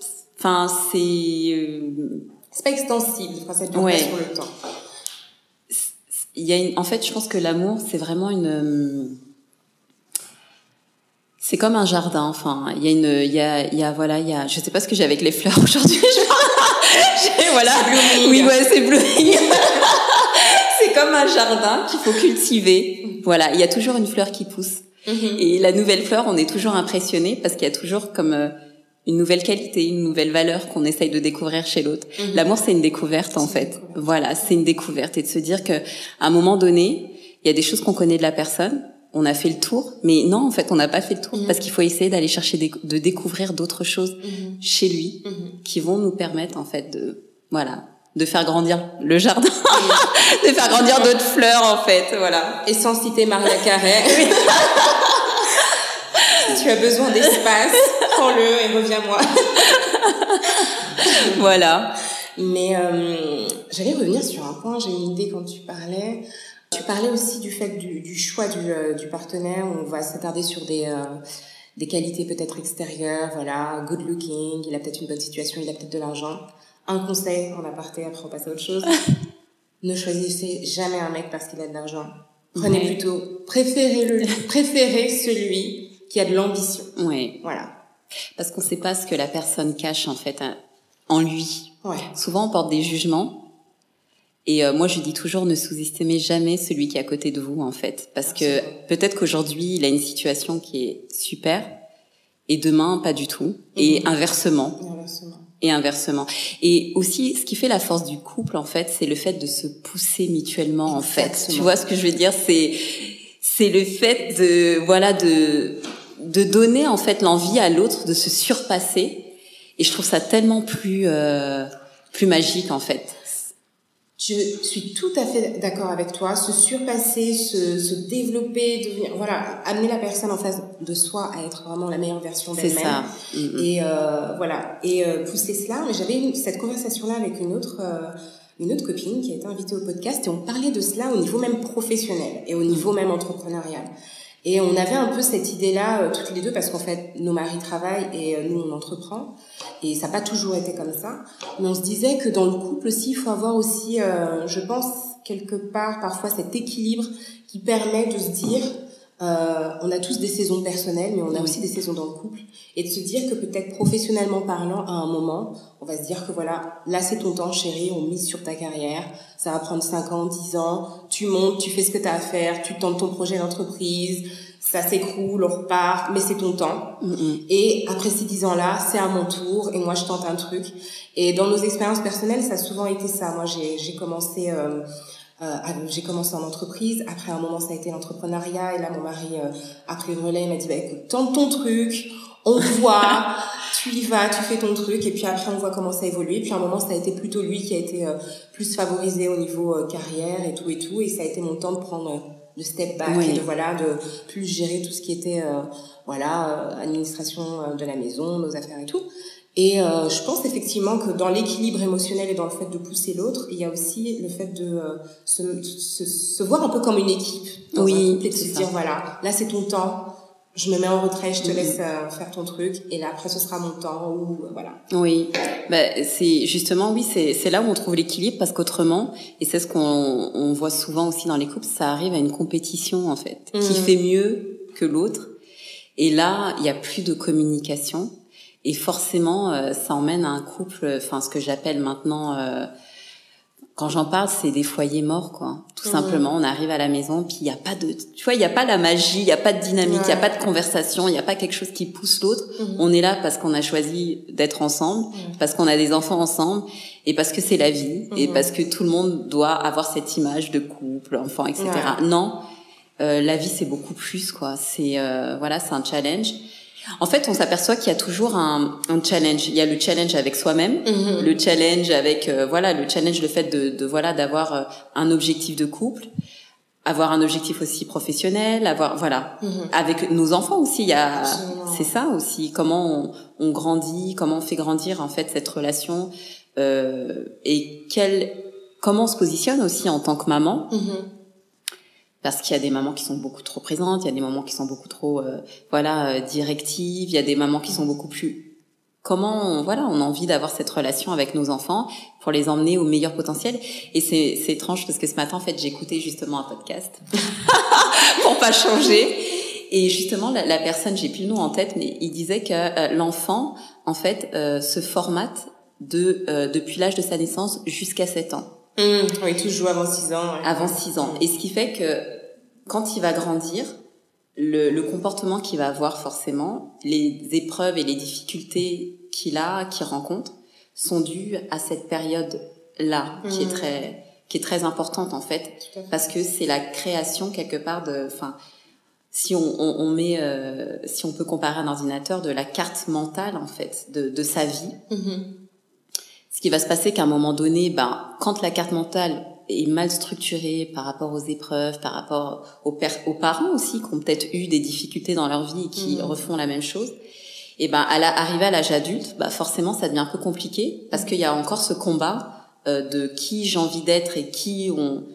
extensible, ça dure pas sur le temps. En fait, je pense que l'amour, c'est vraiment c'est comme un jardin. Enfin, je sais pas ce que j'ai avec les fleurs aujourd'hui. Voilà. Oui, ouais, c'est blooming. C'est comme un jardin qu'il faut cultiver. Voilà. Il y a toujours une fleur qui pousse. Et la nouvelle fleur, on est toujours impressionné parce qu'il y a toujours comme une nouvelle qualité, une nouvelle valeur qu'on essaye de découvrir chez l'autre. L'amour, c'est une découverte, en fait. Voilà, c'est une découverte. Et de se dire que, à un moment donné, il y a des choses qu'on connaît de la personne, on a fait le tour, mais non, en fait, on n'a pas fait le tour, parce qu'il faut essayer d'aller chercher de découvrir d'autres choses chez lui, qui vont nous permettre, en fait, de faire grandir le jardin, de faire grandir d'autres fleurs, en fait, voilà. Et sans citer Maria Carey. Si tu as besoin d'espace, prends-le et reviens-moi. Voilà. Mais j'allais revenir sur un point, j'ai une idée quand tu parlais. Tu parlais aussi du fait du choix du partenaire. On va s'attarder sur des qualités peut-être extérieures, voilà, good looking, il a peut-être une bonne situation, il a peut-être de l'argent. Un conseil en aparté, après on passe à autre chose. Ne choisissez jamais un mec parce qu'il a de l'argent. Prenez plutôt, préférez celui qui a de l'ambition. Oui. Voilà. Parce qu'on sait pas ce que la personne cache, en fait, en lui. Ouais. Souvent, on porte des jugements. Et moi, je dis toujours, ne sous-estimez jamais celui qui est à côté de vous, en fait. Parce que peut-être qu'aujourd'hui, il a une situation qui est super, et demain, pas du tout. Et inversement. Et aussi, ce qui fait la force du couple, en fait, c'est le fait de se pousser mutuellement, en fait. Tu vois ce que je veux dire? C'est le fait de donner, en fait, l'envie à l'autre de se surpasser. Et je trouve ça tellement plus magique, en fait. Je suis tout à fait d'accord avec toi. Se surpasser, se développer, devenir, voilà, amener la personne en face de soi à être vraiment la meilleure version d'elle-même. C'est ça. Et pousser cela. Mais j'avais eu cette conversation-là avec une autre copine qui a été invitée au podcast, et on parlait de cela au niveau même professionnel et au niveau même entrepreneurial. Et on avait un peu cette idée-là, toutes les deux, parce qu'en fait, nos maris travaillent et nous, on entreprend. Et ça n'a pas toujours été comme ça. Mais on se disait que dans le couple aussi, il faut avoir aussi, je pense, quelque part, parfois, cet équilibre qui permet de se dire, on a tous des saisons personnelles, mais on a aussi des saisons dans le couple. Et de se dire que peut-être professionnellement parlant, à un moment, on va se dire que voilà, là c'est ton temps chérie, on mise sur ta carrière, ça va prendre 5 ans, 10 ans, tu montes, tu fais ce que tu as à faire, tu tentes ton projet d'entreprise, ça s'écroule, on repart, mais c'est ton temps. Et après ces 10 ans-là, c'est à mon tour, et moi je tente un truc. Et dans nos expériences personnelles, ça a souvent été ça. Moi j'ai commencé en entreprise, après un moment ça a été l'entrepreneuriat, et là mon mari a pris le relais, il m'a dit écoute, tente ton truc, on voit, tu y vas, tu fais ton truc, et puis après on voit comment ça évolue. Puis à un moment ça a été plutôt lui qui a été plus favorisé au niveau carrière et tout, et ça a été mon temps de prendre le step back et de plus gérer tout ce qui était administration de la maison, nos affaires et tout. Et je pense effectivement que dans l'équilibre émotionnel et dans le fait de pousser l'autre, il y a aussi le fait de se voir un peu comme une équipe dans un couple, et de se dire voilà, là c'est ton temps, je me mets en retrait, je te laisse faire ton truc, et là après ce sera mon temps, ou voilà. Oui, c'est justement, oui, c'est là où on trouve l'équilibre, parce qu'autrement, et c'est ce qu'on voit souvent aussi dans les couples, ça arrive à une compétition en fait, qui fait mieux que l'autre, et là il y a plus de communication, et forcément ça emmène à un couple, enfin ce que j'appelle maintenant, quand j'en parle, c'est des foyers morts, quoi. Tout simplement, on arrive à la maison, puis il y a pas de, tu vois, il y a pas la magie, il y a pas de dynamique, il y a pas de conversation, il y a pas quelque chose qui pousse l'autre. On est là parce qu'on a choisi d'être ensemble, parce qu'on a des enfants ensemble, et parce que c'est la vie, et parce que tout le monde doit avoir cette image de couple, enfant, etc. Non, la vie c'est beaucoup plus, quoi. C'est voilà, c'est un challenge. En fait, on s'aperçoit qu'il y a toujours un challenge. Il y a le challenge avec soi-même, le challenge avec le challenge, le fait de voilà, d'avoir un objectif de couple, avoir un objectif aussi professionnel, avoir avec nos enfants aussi. Il y a c'est ça aussi, comment on grandit, comment on fait grandir en fait cette relation, et comment on se positionne aussi en tant que maman. Parce qu'il y a des mamans qui sont beaucoup trop présentes, il y a des mamans qui sont beaucoup trop directives, il y a des mamans qui sont beaucoup plus comment on a envie d'avoir cette relation avec nos enfants pour les emmener au meilleur potentiel. Et c'est étrange parce que ce matin en fait, j'ai écouté justement un podcast pour pas changer, et justement la personne, j'ai plus le nom en tête, mais il disait que l'enfant en fait se formate depuis l'âge de sa naissance jusqu'à 7 ans. Oui, tout joue avant 6 ans. Ouais. Avant 6 ans. Et ce qui fait que quand il va grandir, le comportement qu'il va avoir forcément, les épreuves et les difficultés qu'il rencontre, sont dues à cette période-là, qui est très importante en fait, parce que c'est la création quelque part si on met, si on peut comparer un ordinateur, de la carte mentale en fait, de sa vie. Ce qui va se passer qu'à un moment donné, quand la carte mentale est mal structurée par rapport aux épreuves, par rapport aux parents aussi, qui ont peut-être eu des difficultés dans leur vie et qui refont la même chose, et arrivé à l'âge adulte, forcément ça devient un peu compliqué, parce qu'il y a encore ce combat de qui j'ai envie d'être et qui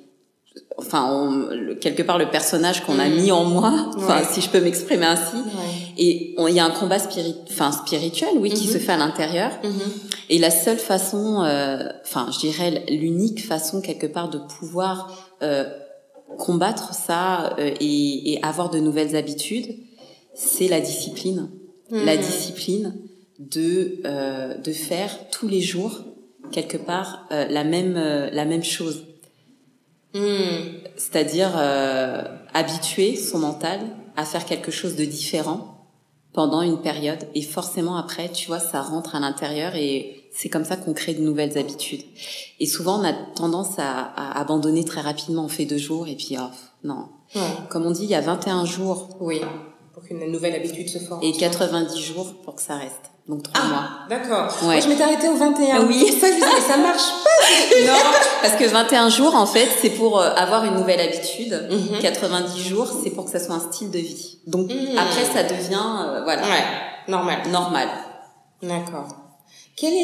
quelque part le personnage qu'on a mis en moi, si je peux m'exprimer ainsi, et il y a un combat spirituel, qui se fait à l'intérieur, et la seule façon, je dirais l'unique façon quelque part de pouvoir combattre ça et avoir de nouvelles habitudes, c'est la discipline, la discipline de faire tous les jours quelque part la même chose. C'est-à-dire habituer son mental à faire quelque chose de différent pendant une période, et forcément après, tu vois, ça rentre à l'intérieur, et c'est comme ça qu'on crée de nouvelles habitudes. Et souvent on a tendance à abandonner très rapidement. On fait 2 jours et puis non. Comme on dit, il y a 21 jours pour qu'une nouvelle habitude se forme, et 90 jours pour que ça reste. Donc 3 mois. D'accord. Moi, je m'étais arrêtée au 21. Oui. Ça, je disais, ça marche pas. Non, parce que 21 jours, en fait, c'est pour avoir une nouvelle habitude. 90 jours, c'est pour que ça soit un style de vie. Donc, après, ça devient, normal. D'accord. Quelle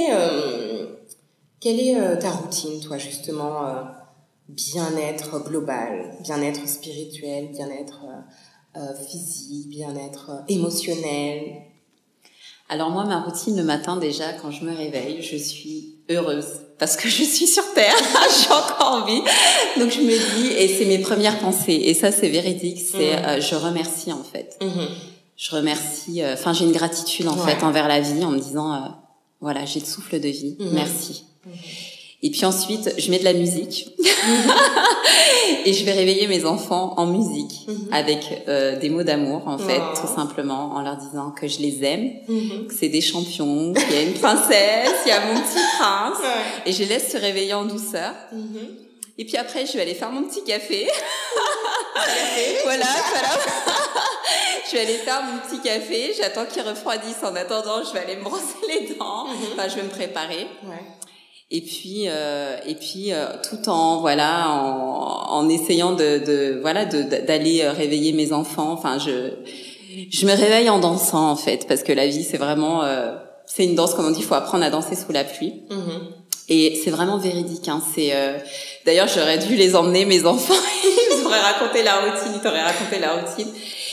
est ta routine, toi, justement, bien-être global, bien-être spirituel, bien-être physique, bien-être émotionnel? Alors moi, ma routine le matin, déjà, quand je me réveille, je suis heureuse parce que je suis sur Terre, je suis encore en vie. Donc je me dis, et c'est mes premières pensées, et ça c'est véridique, c'est je remercie en fait. Je remercie, j'ai une gratitude en fait envers la vie, en me disant, j'ai le souffle de vie, merci. Et puis ensuite, je mets de la musique et je vais réveiller mes enfants en musique avec des mots d'amour, en fait, tout simplement, en leur disant que je les aime, que c'est des champions, qu'il y a une princesse, il y a mon petit prince, et je les laisse se réveiller en douceur. Et puis après, je vais aller faire mon petit café. voilà. Je vais aller faire mon petit café, j'attends qu'il refroidisse. En attendant, je vais aller me brosser les dents, je vais me préparer. Et puis tout en essayant d'aller réveiller mes enfants. Je me réveille en dansant en fait, parce que la vie c'est vraiment c'est une danse, comme on dit, il faut apprendre à danser sous la pluie. Et c'est vraiment véridique, hein. D'ailleurs j'aurais dû les emmener, mes enfants, ils t'auraient raconté la routine.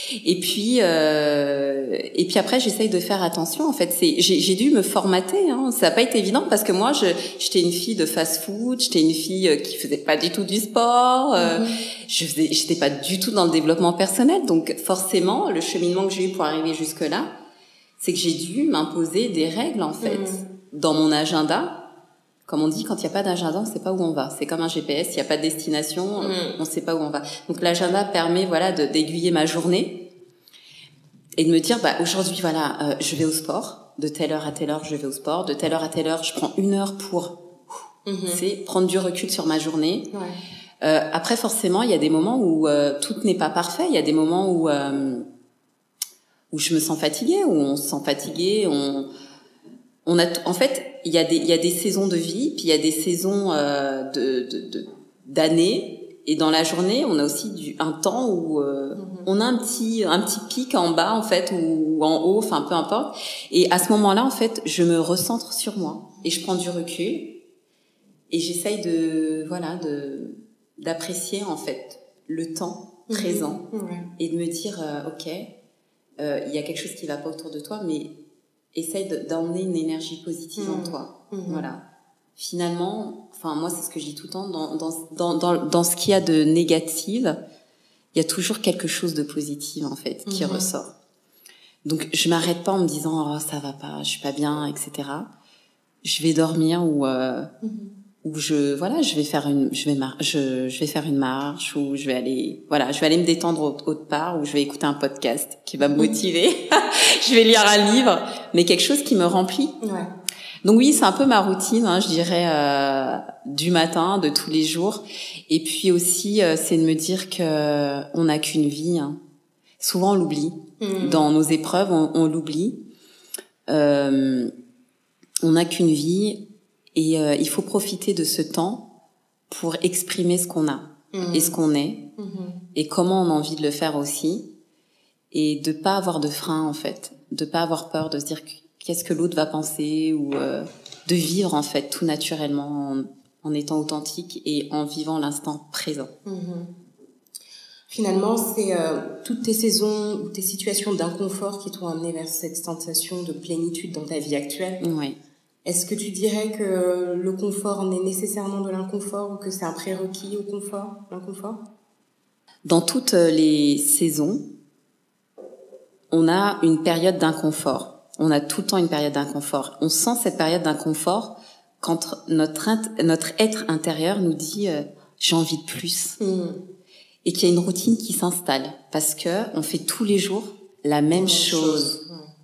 Et puis après, j'essaye de faire attention. En fait, j'ai dû me formater. Hein. Ça n'a pas été évident parce que moi, j'étais une fille de fast-food. J'étais une fille qui faisait pas du tout du sport. J'étais pas du tout dans le développement personnel. Donc, forcément, le cheminement que j'ai eu pour arriver jusque-là, c'est que j'ai dû m'imposer des règles, en fait, dans mon agenda. Comme on dit, quand il n'y a pas d'agenda, on ne sait pas où on va. C'est comme un GPS, il n'y a pas de destination, on ne sait pas où on va. Donc l'agenda permet d'aiguiller ma journée et de me dire aujourd'hui je vais au sport, de telle heure à telle heure je vais au sport, de telle heure à telle heure je prends 1 heure pour c'est prendre du recul sur ma journée. Après forcément il y a des moments où tout n'est pas parfait, il y a des moments où je me sens fatiguée, où on se sent fatigué, en fait, il y a des saisons de vie, puis il y a des saisons d'années, et dans la journée, on a aussi un temps où on a un petit pic en bas en fait ou en haut, enfin peu importe. Et à ce moment-là, en fait, je me recentre sur moi et je prends du recul et j'essaye d'apprécier en fait le temps présent et de me dire ok, il y a quelque chose qui va pas autour de toi, mais essaye d'emmener une énergie positive en toi. Voilà. Finalement, moi, c'est ce que je dis tout le temps, dans ce qu'il y a de négatif, il y a toujours quelque chose de positif, en fait, qui ressort. Donc, je m'arrête pas en me disant, oh, ça va pas, je suis pas bien, etc. Je vais dormir ou je vais faire une marche ou je vais aller me détendre autre part ou je vais écouter un podcast qui va me motiver. Je vais lire un livre, mais quelque chose qui me remplit. Donc oui, c'est un peu ma routine, je dirais, du matin, de tous les jours. Et puis aussi, c'est de me dire que on n'a qu'une vie. Hein. Souvent, on l'oublie. Dans nos épreuves, on l'oublie. On n'a qu'une vie. Et il faut profiter de ce temps pour exprimer ce qu'on a et ce qu'on est et comment on a envie de le faire aussi et de pas avoir de frein en fait, de pas avoir peur de se dire qu'est-ce que l'autre va penser ou de vivre en fait tout naturellement en étant authentique et en vivant l'instant présent. Finalement, c'est toutes tes saisons ou tes situations d'inconfort qui t'ont amené vers cette sensation de plénitude dans ta vie actuelle. Oui. Est-ce que tu dirais que le confort n'est nécessairement de l'inconfort ou que c'est un prérequis au confort, l'inconfort ? Dans toutes les saisons, on a une période d'inconfort. On a tout le temps une période d'inconfort. On sent cette période d'inconfort quand notre être intérieur nous dit j'ai envie de plus. Et qu'il y a une routine qui s'installe parce que on fait tous les jours la même chose.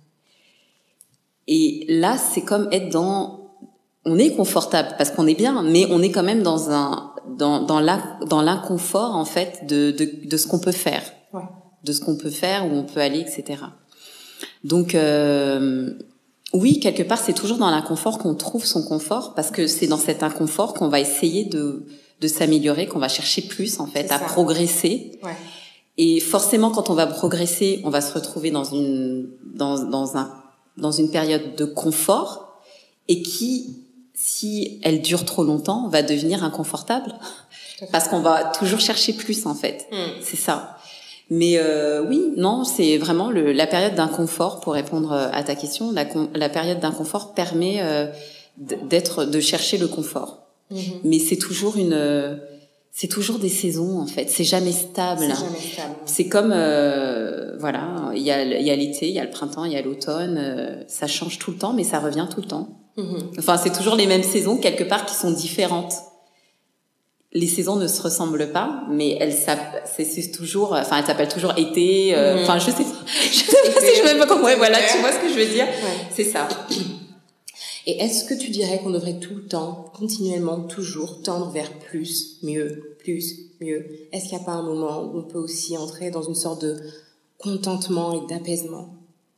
Et là, c'est comme être on est confortable parce qu'on est bien, mais on est quand même dans l'inconfort, en fait, de ce qu'on peut faire. De ce qu'on peut faire, où on peut aller, etc. Donc, oui, quelque part, c'est toujours dans l'inconfort qu'on trouve son confort parce que c'est dans cet inconfort qu'on va essayer de s'améliorer, qu'on va chercher plus, en fait, à progresser. Et forcément, quand on va progresser, on va se retrouver dans une période de confort et qui, si elle dure trop longtemps, va devenir inconfortable parce qu'on va toujours chercher plus en fait. C'est ça. Mais oui, non, c'est vraiment la période d'inconfort pour répondre à ta question. La période d'inconfort permet de chercher le confort. Mais c'est toujours des saisons en fait. C'est jamais stable. C'est comme il y a l'été, il y a le printemps, il y a l'automne. Ça change tout le temps, mais ça revient tout le temps. Enfin, c'est toujours les mêmes saisons quelque part qui sont différentes. Les saisons ne se ressemblent pas, mais c'est toujours. Enfin, elles s'appellent toujours été. Enfin, je sais pas si je sais même pas comment. Voilà, tu vois ce que je veux dire. C'est ça. Et est-ce que tu dirais qu'on devrait tout le temps, continuellement, toujours tendre vers plus, mieux, plus, mieux ? Est-ce qu'il n'y a pas un moment où on peut aussi entrer dans une sorte de contentement et d'apaisement ?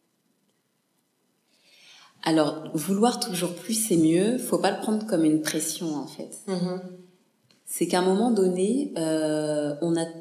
Alors, vouloir toujours plus c'est mieux, faut pas le prendre comme une pression en fait. C'est qu'à un moment donné, on a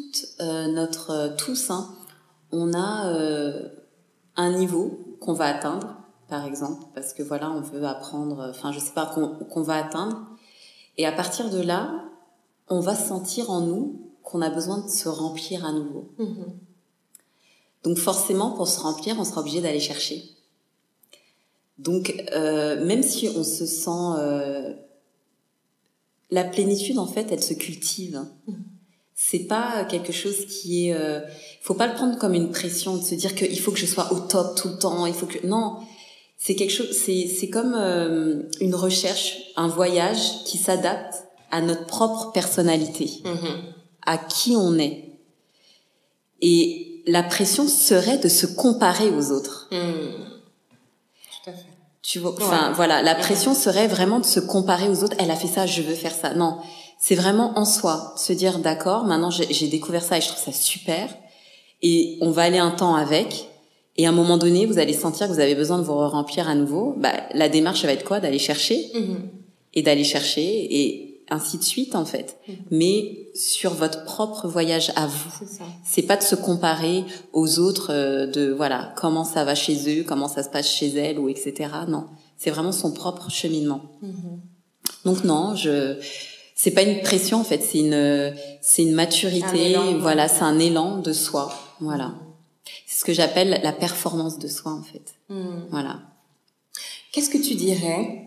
on a un niveau qu'on va atteindre. Par exemple, parce que voilà, on veut apprendre, je sais pas, qu'on va atteindre. Et à partir de là, on va sentir en nous qu'on a besoin de se remplir à nouveau. Donc forcément, pour se remplir, on sera obligé d'aller chercher. Donc même si on se sent... la plénitude, en fait, elle se cultive. C'est pas quelque chose qui est... faut pas le prendre comme une pression, de se dire qu'il faut que je sois au top tout le temps, il faut que... Non, c'est quelque chose... C'est comme une recherche, un voyage qui s'adapte à notre propre personnalité, à qui on est. Et la pression serait de se comparer aux autres. Tout à fait. Tu vois, enfin, voilà, la pression serait vraiment de se comparer aux autres. Elle a fait ça, je veux faire ça. Non, c'est vraiment en soi. Se dire, d'accord, maintenant j'ai découvert ça et je trouve ça super. Et on va aller un temps avec. Et à un moment donné, vous allez sentir que vous avez besoin de vous remplir à nouveau. La démarche va être quoi? D'aller chercher. Et d'aller chercher. Et ainsi de suite, en fait. Mais sur votre propre voyage à vous. C'est pas de se comparer aux autres de, voilà, comment ça va chez eux, comment ça se passe chez elles, ou etc. Non. C'est vraiment son propre cheminement. Donc non, c'est pas une pression, en fait. C'est une maturité. Voilà, c'est un élan de soi. Voilà. C'est ce que j'appelle la performance de soi, en fait. Voilà. Qu'est-ce que tu dirais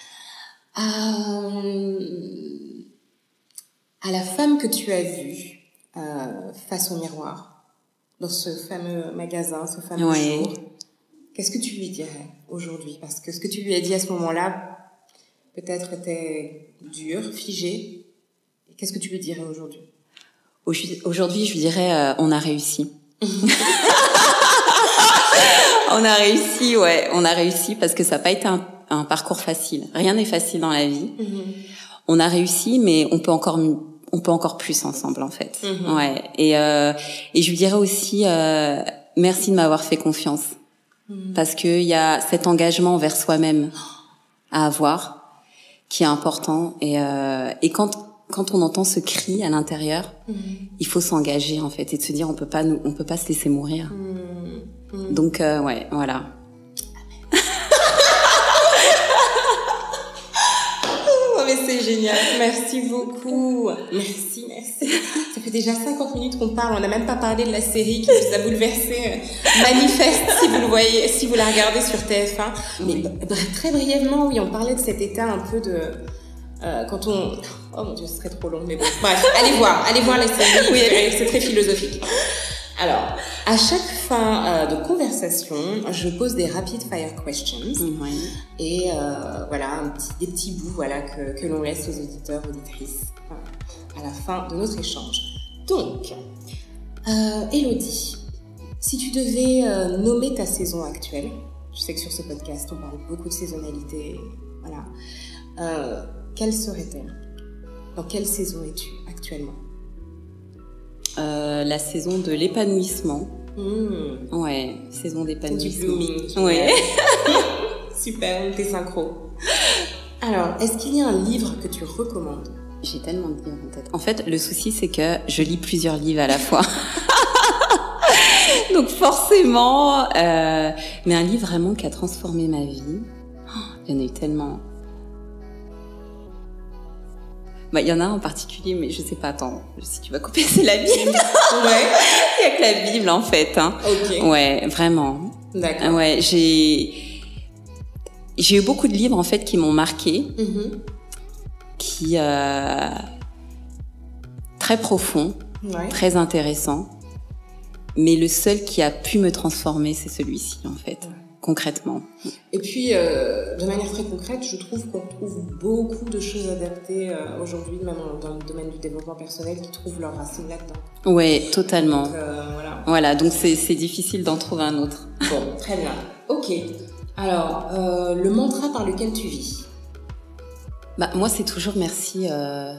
à la femme que tu as vue face au miroir dans ce fameux magasin, ce fameux jour? Qu'est-ce que tu lui dirais aujourd'hui? Parce que ce que tu lui as dit à ce moment-là peut-être était dur, figé. Qu'est-ce que tu lui dirais aujourd'hui? Aujourd'hui, je lui dirais on a réussi. On a réussi, ouais, on a réussi parce que ça n'a pas été un parcours facile. Rien n'est facile dans la vie. On a réussi, mais on peut encore plus ensemble, en fait. Ouais. Et je lui dirais aussi merci de m'avoir fait confiance, parce que il y a cet engagement envers soi-même à avoir qui est important. Et quand on entend ce cri à l'intérieur, il faut s'engager, en fait, et de se dire on peut pas se laisser mourir. Donc ouais, voilà. Mais c'est génial, merci beaucoup. Merci. Ça fait déjà 50 minutes qu'on parle, on n'a même pas parlé de la série qui vous a bouleversé. Manifeste, si vous le voyez, si vous la regardez sur TF1. Mais très brièvement, oui, on parlait de cet état un peu de... quand on... Oh mon Dieu, ce serait trop long, mais bon. Bref, allez voir la série, oui, c'est très philosophique. Alors, à chaque fin de conversation, je pose des rapid fire questions. Et voilà, des petits bouts, voilà, que l'on laisse aux auditeurs, auditrices, à la fin de notre échange. Donc, Élodie, si tu devais nommer ta saison actuelle, je sais que sur ce podcast, on parle beaucoup de saisonnalité, voilà, quelle serait-elle? Dans quelle saison es-tu actuellement? La saison de l'épanouissement. Ouais, saison d'épanouissement. Du blooming. Ouais. Super, t'es synchro. Alors, est-ce qu'il y a un livre que tu recommandes? J'ai tellement de livres en tête. En fait, le souci, c'est que je lis plusieurs livres à la fois. Donc forcément, mais un livre vraiment qui a transformé ma vie. Il y en a eu tellement. Il y en a un en particulier, mais je sais pas, attends, si tu vas couper, c'est la Bible. Ouais. Il y a que la Bible, en fait, hein. Ok. Ouais, vraiment. D'accord. Ouais, j'ai eu beaucoup de livres, en fait, qui m'ont marquée. Qui, très profond, très intéressant. Mais le seul qui a pu me transformer, c'est celui-ci, en fait. Concrètement. Et puis, de manière très concrète, je trouve qu'on trouve beaucoup de choses adaptées aujourd'hui, même dans le domaine du développement personnel, qui trouvent leurs racines là-dedans. Ouais, totalement. Donc, voilà, donc c'est difficile d'en trouver un autre. Bon, très bien. Ok. Alors, le mantra par lequel tu vis? Moi, c'est toujours merci.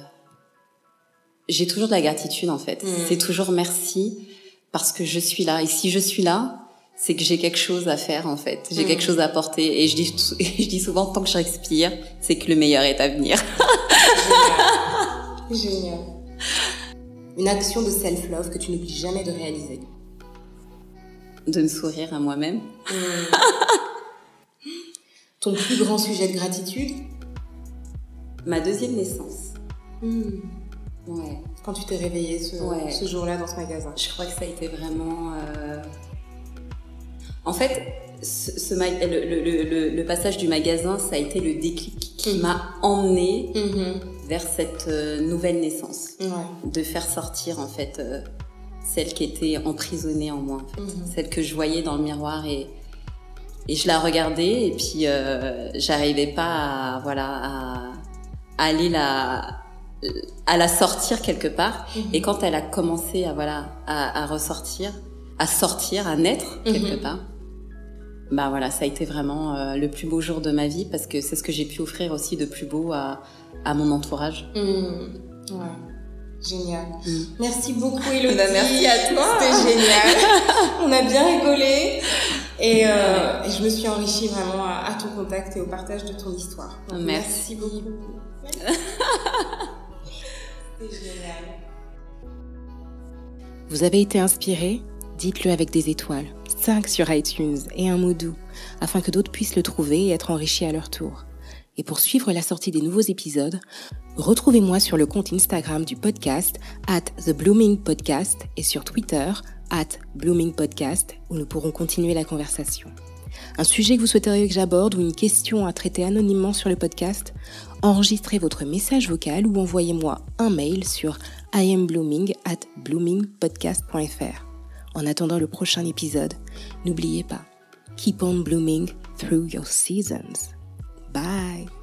J'ai toujours de la gratitude, en fait. C'est toujours merci parce que je suis là. Et si je suis là, c'est que j'ai quelque chose à faire, en fait. J'ai quelque chose à apporter. Et je dis souvent, tant que je respire, c'est que le meilleur est à venir. Génial. Une action de self-love que tu n'oublies jamais de réaliser? De me sourire à moi-même. Ton plus grand sujet de gratitude? Ma deuxième naissance. Ouais. Quand tu t'es réveillée ce jour-là dans ce magasin? Je crois que ça a été vraiment En fait, le passage du magasin, ça a été le déclic qui m'a emmenée vers cette nouvelle naissance. De faire sortir, en fait, celle qui était emprisonnée en moi, en fait. Celle que je voyais dans le miroir et je la regardais et puis j'arrivais pas à aller à la sortir quelque part. Et quand elle a commencé à ressortir, à sortir, à naître quelque part, bah voilà, ça a été vraiment le plus beau jour de ma vie parce que c'est ce que j'ai pu offrir aussi de plus beau à mon entourage. Ouais. Génial. Merci beaucoup, Élodie. Merci à toi. C'était génial. On a bien rigolé. Et je me suis enrichie vraiment à ton contact et au partage de ton histoire. Donc, merci beaucoup. C'était génial. Vous avez été inspiré ? Dites-le avec des étoiles, 5 sur iTunes et un mot doux, afin que d'autres puissent le trouver et être enrichis à leur tour. Et pour suivre la sortie des nouveaux épisodes, retrouvez-moi sur le compte Instagram du podcast @TheBloomingPodcast et sur Twitter @BloomingPodcast où nous pourrons continuer la conversation. Un sujet que vous souhaiteriez que j'aborde ou une question à traiter anonymement sur le podcast, enregistrez votre message vocal ou envoyez-moi un mail sur iamblooming@bloomingpodcast.fr. En attendant le prochain épisode, n'oubliez pas, keep on blooming through your seasons. Bye!